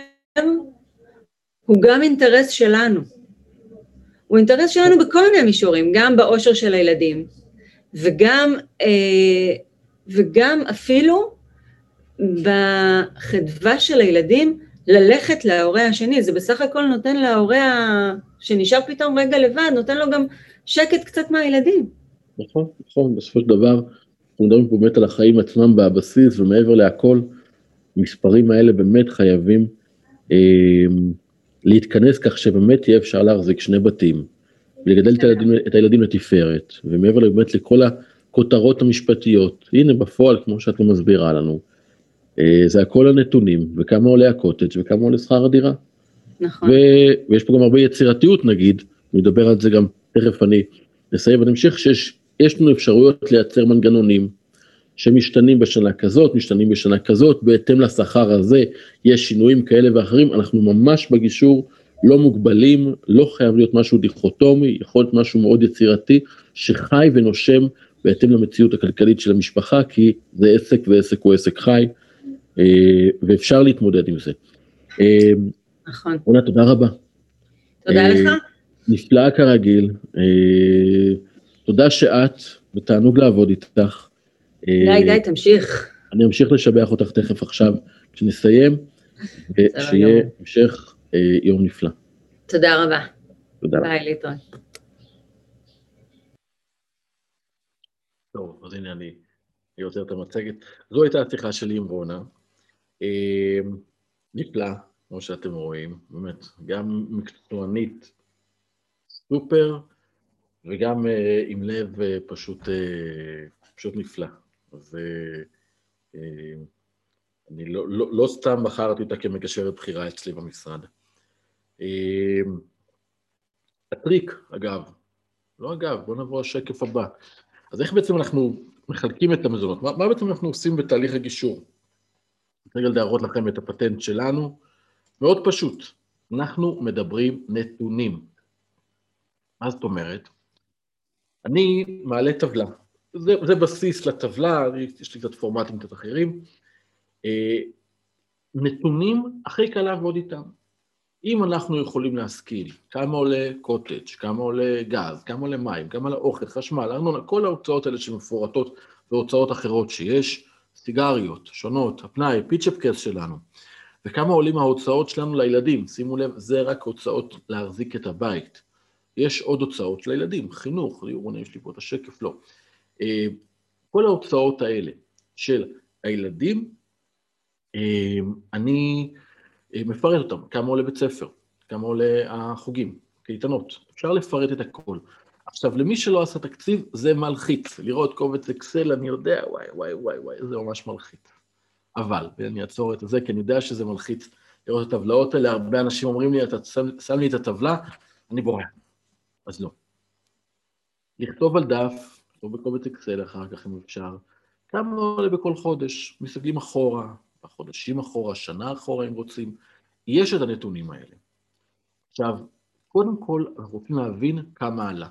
הוא גם אינטרס שלנו. הוא אינטרס שלנו בכל מיני מישורים, גם באושר של הילדים, וגם, אה, וגם אפילו בחדווה של הילדים, ללכת להורה השני, זה בסך הכל נותן להורה שנשאר פתאום רגע לבד, נותן לו גם שקט קצת מהילדים. נכון, נכון, בסופו של דבר, אנחנו מדברים פה באמת על החיים עצמם בבסיס, ומעבר להכל, מספרים האלה באמת חייבים אה, להתכנס כך שבאמת יהיה אפשר להחזיק שני בתים, ולגדל את הילדים, את הילדים לתפארת, ומעבר באמת לכל הכותרות המשפטיות, הנה בפועל, כמו שאת מסבירה לנו, זה הכל הנתונים, וכמה עולה הקוטג' וכמה עולה שכר הדירה. נכון. ויש פה גם הרבה יצירתיות נגיד, נדבר על זה גם תכף אני אסיים ונמשיך, שיש לנו אפשרויות לייצר מנגנונים, שמשתנים בשנה כזאת, משתנים בשנה כזאת, בהתאם לשכר הזה, יש שינויים כאלה ואחרים, אנחנו ממש בגישור לא מוגבלים, לא חייב להיות משהו דיכוטומי, יכול להיות משהו מאוד יצירתי, שחי ונושם בהתאם למציאות הכלכלית של המשפחה, כי זה עסק ועסק הוא עסק חי, ואפשר להתמודד עם זה. נכון. רונה, תודה רבה. תודה לך. נפלאה כרגיל, תודה שאת, ותענוג לעבוד איתך. די, די, תמשיך. אני אמשיך לשבח אותך תכף עכשיו, כשנסיים, ושיהיה המשך יום נפלא. תודה רבה. תודה רבה. ביי, להתראות. טוב, אז הנה אני יוצר את המצגת. זו הייתה השיחה שלי עם רונה. נפלא, כמו שאתם רואים, באמת, גם מקצוענית סופר, וגם עם לב פשוט, פשוט נפלא. אז אני לא, לא, לא סתם בחרתי אותה כמגשרת בחירה אצלי במשרד. הטריק, אגב, לא אגב, בואו נעבור לשקף הבא. אז איך בעצם אנחנו מחלקים את המזונות? מה, מה בעצם אנחנו עושים בתהליך הגישור? רגע להראות לכם את הפטנט שלנו. מאוד פשוט, אנחנו מדברים נתונים. מה זאת אומרת? אני מעלה טבלה. זה, זה בסיס לטבלה, יש לי קצת פורמטים קצת אחרים. נתונים הכי קל לעבוד איתם. אם אנחנו יכולים להשכיל כמה עולה קוטג', כמה עולה גז, כמה עולה מים, כמה עולה אוכל, חשמל, ארנונה, כל ההוצאות האלה שמפורטות והוצאות אחרות שיש, סיגריות, שונות, הפנאי, פיצ'פקס שלנו, וכמה עולים ההוצאות שלנו לילדים, שימו לב, זה רק הוצאות להחזיק את הבית. יש עוד הוצאות לילדים, חינוך, רונה, יש לי פה את השקף, לא. כל ההוצאות האלה של הילדים, אני מפרט אותם, כמה עולה בית ספר, כמה עולה החוגים, קייטנות, אפשר לפרט את הכל. עכשיו, למי שלא עשה תקציב, זה מלחיץ, לראות קובץ אקסל, אני יודע, וואי, וואי, וואי, וואי, זה ממש מלחיץ. אבל, ואני אעצור את זה, כי אני יודע שזה מלחיץ לראות את הטבלאות האלה, הרבה אנשים אומרים לי, אתה שם, שם לי את הטבלה, אני בורח. אז לא. לכתוב על דף, לכתוב בקובץ אקסל אחר כך אם אפשר, כמה עולה בכל חודש, מסתכלים אחורה, בחודשים אחורה, שנה אחורה אם רוצים, יש את הנתונים האלה. עכשיו, קודם כל אנחנו רוצים להבין כמה עלה.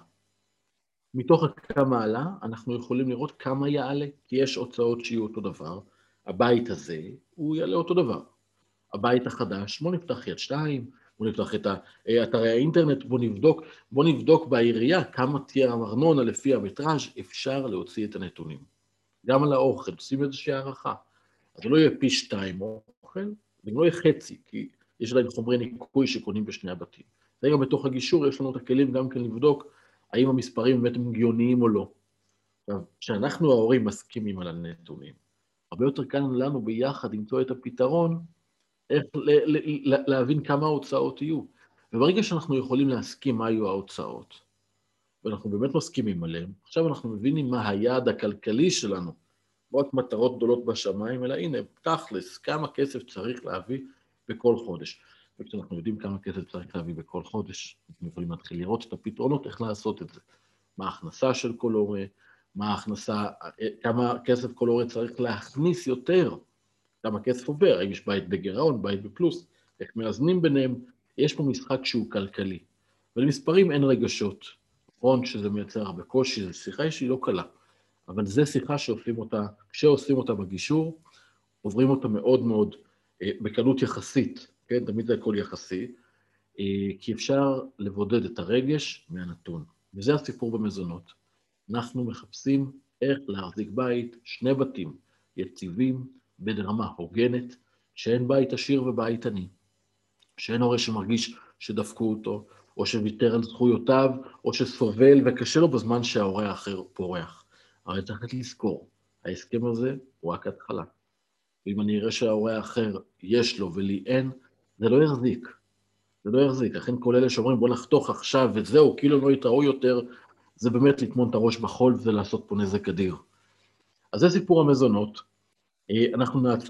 מתוך כמה עלה, אנחנו יכולים לראות כמה יעלה, כי יש הוצאות שיהיו אותו דבר. הבית הזה, הוא יעלה אותו דבר. הבית החדש, בוא נפתח יד שתיים, בוא נפתח את אתרי האינטרנט, בוא נבדוק, בוא נבדוק בעירייה כמה תהיה הארנונה לפי המטראז', אפשר להוציא את הנתונים. גם על האוכל, עושים איזושהי הערכה. אז זה לא יהיה פי שתיים אוכל, זה לא יהיה חצי, כי יש עדיין חומרי ניקוי שקונים בשני הבתים. זה גם בתוך הגישור, יש לנו את הכלים גם כן לבדוק, האם המספרים באמת הם הגיוניים או לא. עכשיו, כשאנחנו ההורים מסכימים על הנתונים, הרבה יותר קל לנו ביחד למצוא את הפתרון, איך ל- ל- להבין כמה ההוצאות יהיו. וברגע שאנחנו יכולים להסכים מה יהיו ההוצאות, ואנחנו באמת מסכימים עליהם, עכשיו אנחנו מבינים מה היעד הכלכלי שלנו, לא רק מטרות גדולות בשמיים, אלא הנה, תכלס, כמה כסף צריך להביא בכל חודש. וכשאנחנו יודעים כמה כסף צריך להביא בכל חודש, אנחנו יכולים להתחיל לראות את הפתרונות, איך לעשות את זה. מה ההכנסה של כל הורה, מה ההכנסה, כמה כסף כל הורה צריך להכניס יותר, כמה כסף עובר, האם יש בית בגירעון, בית בפלוס, איך מאזנים ביניהם, יש פה משחק שהוא כלכלי. ולמספרים אין רגשות, נכון שזה מייצר הרבה קושי, זו שיחה שהיא לא קלה, אבל זו שיחה שעושים אותה, כשעושים אותה בגישור, עוברים אותה מאוד מאוד אה, בקלות יחסית, כן, תמיד זה הכל יחסי, אה, כי אפשר לבודד את הרגש מהנתון, וזה הסיפור במזונות. אנחנו מחפשים איך להחזיק בית, שני בתים יציבים, ברמה הוגנת, שאין בית עשיר ובית עני, שאין הורה שמרגיש שדפקו אותו, או שוויתר על זכויותיו, או שסובל וקשה לו בזמן שההורה האחר פורח. הרי צריך לזכור, ההסכם הזה הוא רק התחלה. ואם אני אראה שההורה האחר יש לו ולי אין, זה לא יחזיק. זה לא יחזיק. לכן כל אלה שאומרים בוא נחתוך עכשיו וזהו, כאילו לא יתראו יותר, זה באמת לטמון את הראש בחול ולעשות פה נזק אדיר. אז זה סיפור המזונות. אנחנו נעצור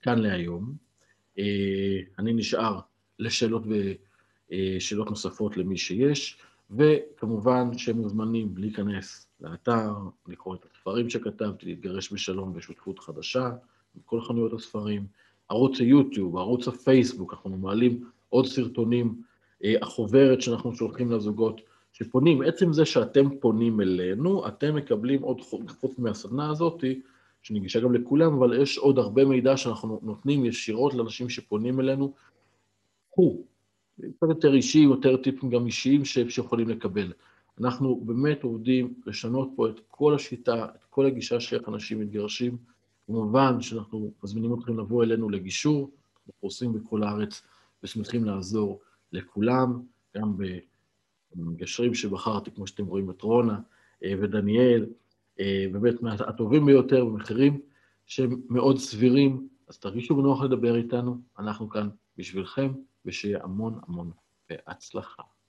כאן להיום. אני נשאר לשאלות ושאלות נוספות למי שיש, וכמובן שהם מוזמנים להיכנס לאתר, לקרוא את הספרים שכתבתי, להתגרש בשלום ושותפות חדשה, בכל חנויות הספרים, ערוץ היוטיוב, ערוץ הפייסבוק, אנחנו מעלים עוד סרטונים, החוברת שאנחנו שולחים לזוגות שפונים, עצם זה שאתם פונים אלינו, אתם מקבלים עוד חוץ מהסדנה הזאת, שנגישה גם לכולם, אבל יש עוד הרבה מידע שאנחנו נותנים ישירות לאנשים שפונים אלינו, הוא, קצת יותר אישי, יותר טיפים גם אישיים שיכולים לקבל. אנחנו באמת עובדים לשנות פה את כל השיטה, את כל הגישה שאיך אנשים מתגרשים, במובן שאנחנו מזמינים אתכם לבוא אלינו לגישור, אנחנו פורסים בכל הארץ ושמחים לעזור לכולם, גם במגשרים שבחרתי, כמו שאתם רואים את רונה ודניאל, באמת מהטובים ביותר במחירים שהם מאוד סבירים, אז תרגישו בנוח לדבר איתנו, אנחנו כאן בשבילכם, ושיהיה המון המון בהצלחה.